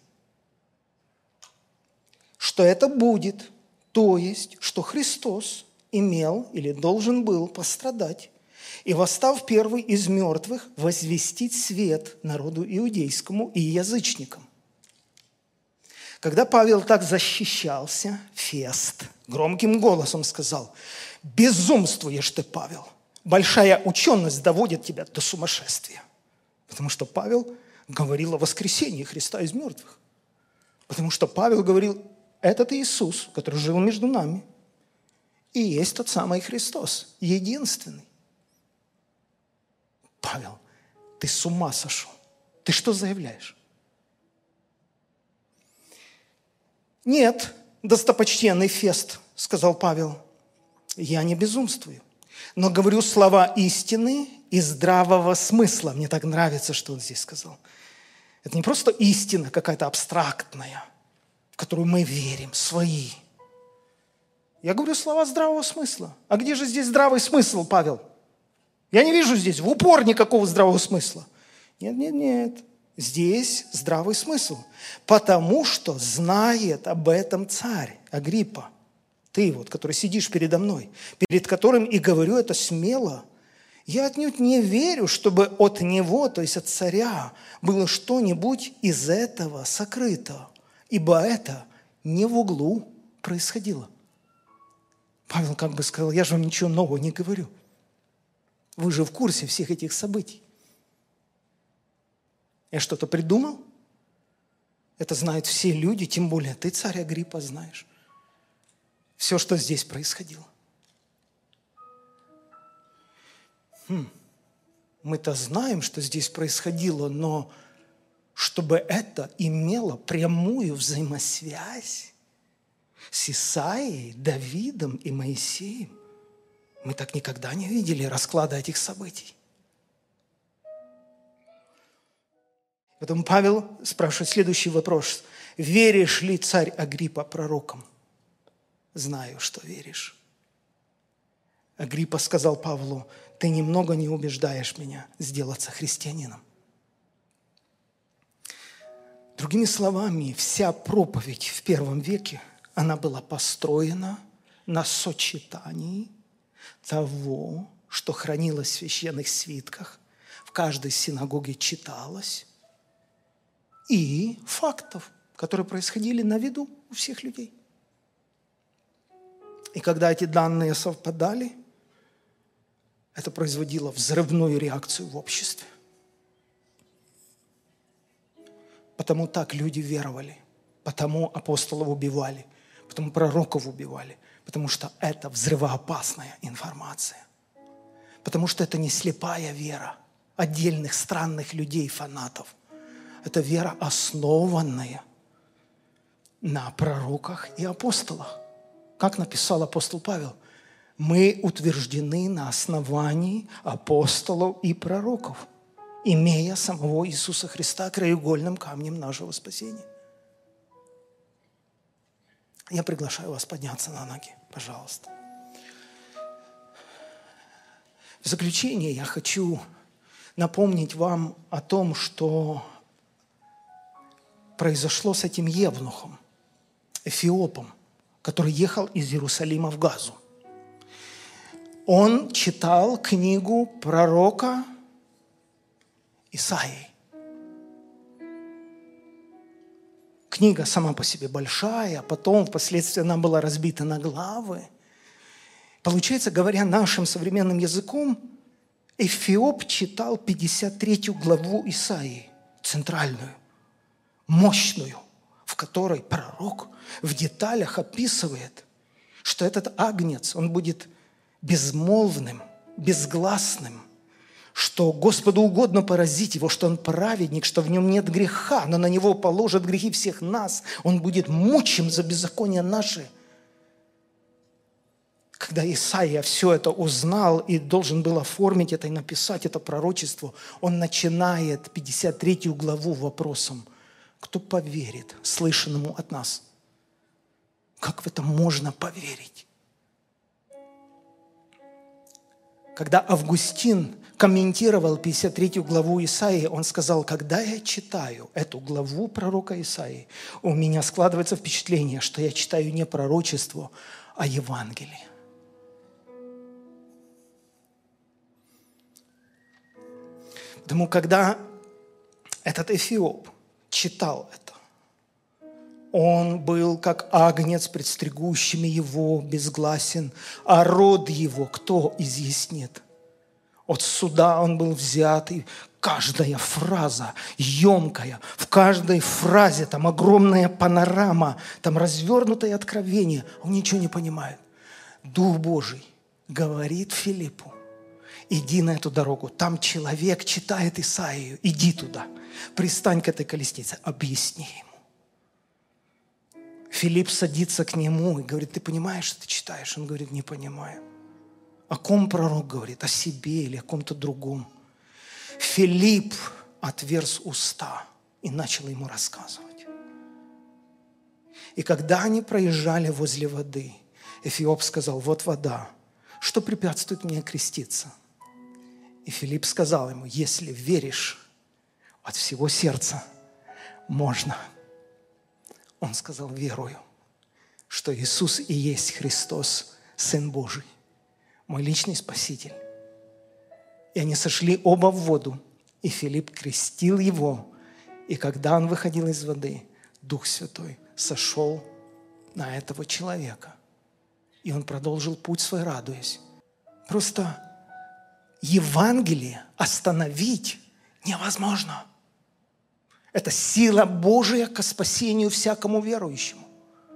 Что это будет, то есть, что Христос имел или должен был пострадать и, восстав первый из мертвых, возвестить свет народу иудейскому и язычникам. Когда Павел так защищался, Фест громким голосом сказал: «Безумствуешь ты, Павел! Большая ученость доводит тебя до сумасшествия». Потому что Павел говорил о воскресении Христа из мертвых. Потому что Павел говорил: этот Иисус, который жил между нами, и есть тот самый Христос, единственный. Павел, ты с ума сошел. Ты что заявляешь? Нет, достопочтенный Фест, сказал Павел, я не безумствую, но говорю слова истины и здравого смысла. Мне так нравится, что он здесь сказал. Это не просто истина какая-то абстрактная, в которую мы верим, свои. Я говорю слова здравого смысла. А где же здесь здравый смысл, Павел? Я не вижу здесь в упор никакого здравого смысла. Нет, нет, нет. Здесь здравый смысл. Потому что знает об этом царь Агриппа. Ты вот, который сидишь передо мной, перед которым и говорю это смело. Я отнюдь не верю, чтобы от него, то есть от царя, было что-нибудь из этого сокрыто. Ибо это не в углу происходило. Павел как бы сказал: я же вам ничего нового не говорю. Вы же в курсе всех этих событий. Я что-то придумал? Это знают все люди, тем более ты, царь Агриппа, знаешь. Все, что здесь происходило. Хм. Мы-то знаем, что здесь происходило, но чтобы это имело прямую взаимосвязь с Исаией, Давидом и Моисеем, мы так никогда не видели расклада этих событий. Потом Павел спрашивает следующий вопрос. Веришь ли, царь Агриппа, пророкам? Знаю, что веришь. Агриппа сказал Павлу: ты немного не убеждаешь меня сделаться христианином. Другими словами, вся проповедь в первом веке, она была построена на сочетании того, что хранилось в священных свитках, в каждой синагоге читалось, и фактов, которые происходили на виду у всех людей. И когда эти данные совпадали, это производило взрывную реакцию в обществе. Потому так люди веровали, потому апостолов убивали, потому пророков убивали, потому что это взрывоопасная информация. Потому что это не слепая вера отдельных странных людей, фанатов. Это вера, основанная на пророках и апостолах. Как написал апостол Павел: мы утверждены на основании апостолов и пророков, имея самого Иисуса Христа краеугольным камнем нашего спасения. Я приглашаю вас подняться на ноги, пожалуйста. В заключение я хочу напомнить вам о том, что произошло с этим евнухом, эфиопом, который ехал из Иерусалима в Газу. Он читал книгу пророка Исаии. Книга сама по себе большая, а потом впоследствии она была разбита на главы. Получается, говоря нашим современным языком, Эфиоп читал пятьдесят третью главу Исаии, центральную, мощную, в которой пророк в деталях описывает, что этот агнец, он будет безмолвным, безгласным, что Господу угодно поразить его, что он праведник, что в нем нет греха, но на него положат грехи всех нас. Он будет мучим за беззаконие наши. Когда Исаия все это узнал и должен был оформить это и написать это пророчество, он начинает пятьдесят третью главу вопросом: кто поверит слышанному от нас? Как в это можно поверить? Когда Августин комментировал пятьдесят третью главу Исаии, он сказал: когда я читаю эту главу пророка Исаии, у меня складывается впечатление, что я читаю не пророчество, а Евангелие. Потому когда этот Эфиоп читал это, он был как агнец пред стригущими его, безгласен, а род его кто изъяснит? От суда он был взят, и каждая фраза емкая, в каждой фразе там огромная панорама, там развернутое откровение, он ничего не понимает. Дух Божий говорит Филиппу: иди на эту дорогу, там человек читает Исаию, иди туда, пристань к этой колеснице, объясни ему. Филипп садится к нему и говорит: ты понимаешь, что ты читаешь? Он говорит: не понимаю. О ком пророк говорит? О себе или о ком-то другом? Филипп отверз уста и начал ему рассказывать. И когда они проезжали возле воды, Эфиоп сказал: вот вода, что препятствует мне креститься? И Филипп сказал ему: если веришь от всего сердца, можно. Он сказал: верую, что Иисус и есть Христос, Сын Божий, мой личный Спаситель. И они сошли оба в воду, и Филипп крестил его. И когда он выходил из воды, Дух Святой сошел на этого человека. И он продолжил путь свой, радуясь. Просто Евангелие остановить невозможно. Это сила Божия ко спасению всякому верующему.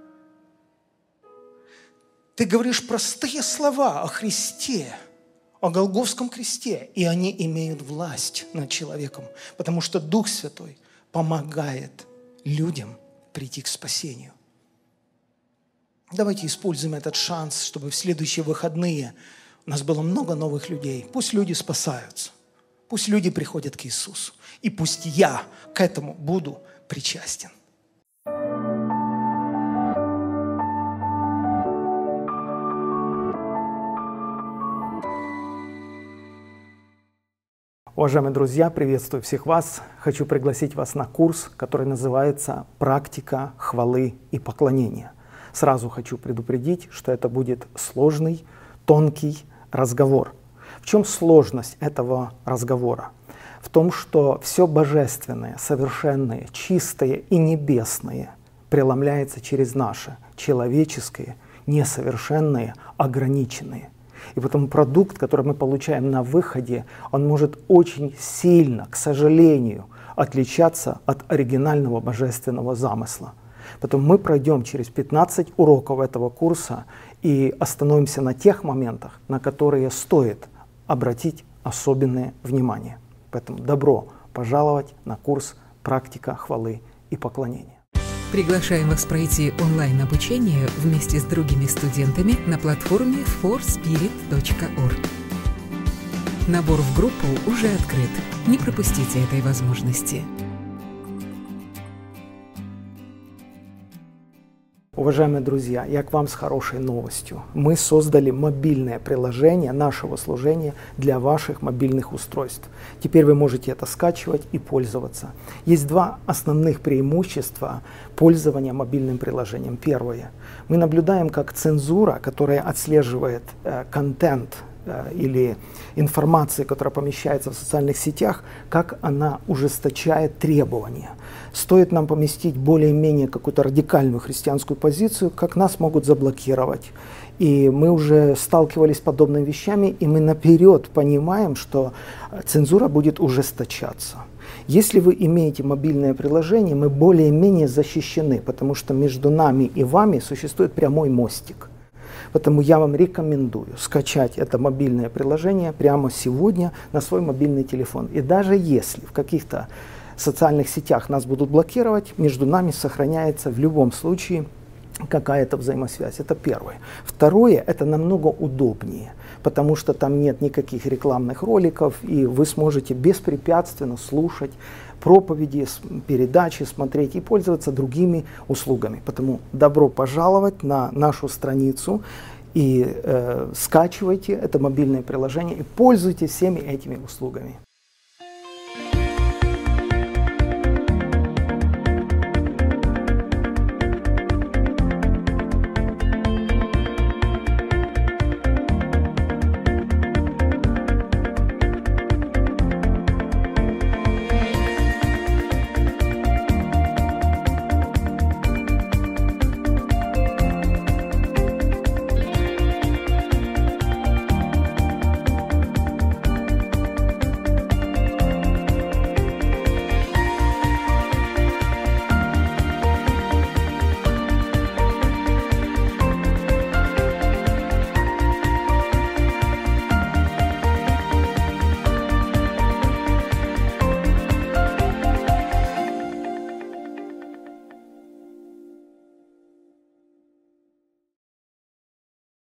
Ты говоришь простые слова о Христе, о Голгофском кресте, и они имеют власть над человеком, потому что Дух Святой помогает людям прийти к спасению. Давайте используем этот шанс, чтобы в следующие выходные у нас было много новых людей. Пусть люди спасаются, пусть люди приходят к Иисусу, и пусть я к этому буду причастен. Уважаемые друзья, приветствую всех вас. Хочу пригласить вас на курс, который называется «Практика хвалы и поклонения». Сразу хочу предупредить, что это будет сложный, тонкий разговор. В чем сложность этого разговора? В том, что все божественное, совершенное, чистое и небесное преломляется через наше человеческое, несовершенное, ограниченное. И потом продукт, который мы получаем на выходе, он может очень сильно, к сожалению, отличаться от оригинального божественного замысла. Потом мы пройдем через пятнадцать уроков этого курса и остановимся на тех моментах, на которые стоит обратить особенное внимание. Поэтому добро пожаловать на курс «Практика хвалы и поклонения». Приглашаем вас пройти онлайн-обучение вместе с другими студентами на платформе фор спирит точка орг. Набор в группу уже открыт. Не пропустите этой возможности. Уважаемые друзья, я к вам с хорошей новостью. Мы создали мобильное приложение нашего служения для ваших мобильных устройств. Теперь вы можете это скачивать и пользоваться. Есть два основных преимущества пользования мобильным приложением. Первое. Мы наблюдаем, как цензура, которая отслеживает э, контент э, или информацию, которая помещается в социальных сетях, как она ужесточает требования. Стоит нам поместить более-менее какую-то радикальную христианскую позицию, как нас могут заблокировать. И мы уже сталкивались с подобными вещами, и мы наперед понимаем, что цензура будет ужесточаться. Если вы имеете мобильное приложение, мы более-менее защищены, потому что между нами и вами существует прямой мостик. Поэтому я вам рекомендую скачать это мобильное приложение прямо сегодня на свой мобильный телефон. И даже если в каких-то социальных сетях нас будут блокировать, между нами сохраняется в любом случае какая-то взаимосвязь. Это первое. Второе, это намного удобнее, потому что там нет никаких рекламных роликов, и вы сможете беспрепятственно слушать проповеди, передачи, смотреть и пользоваться другими услугами. Поэтому добро пожаловать на нашу страницу и э, скачивайте это мобильное приложение и пользуйтесь всеми этими услугами.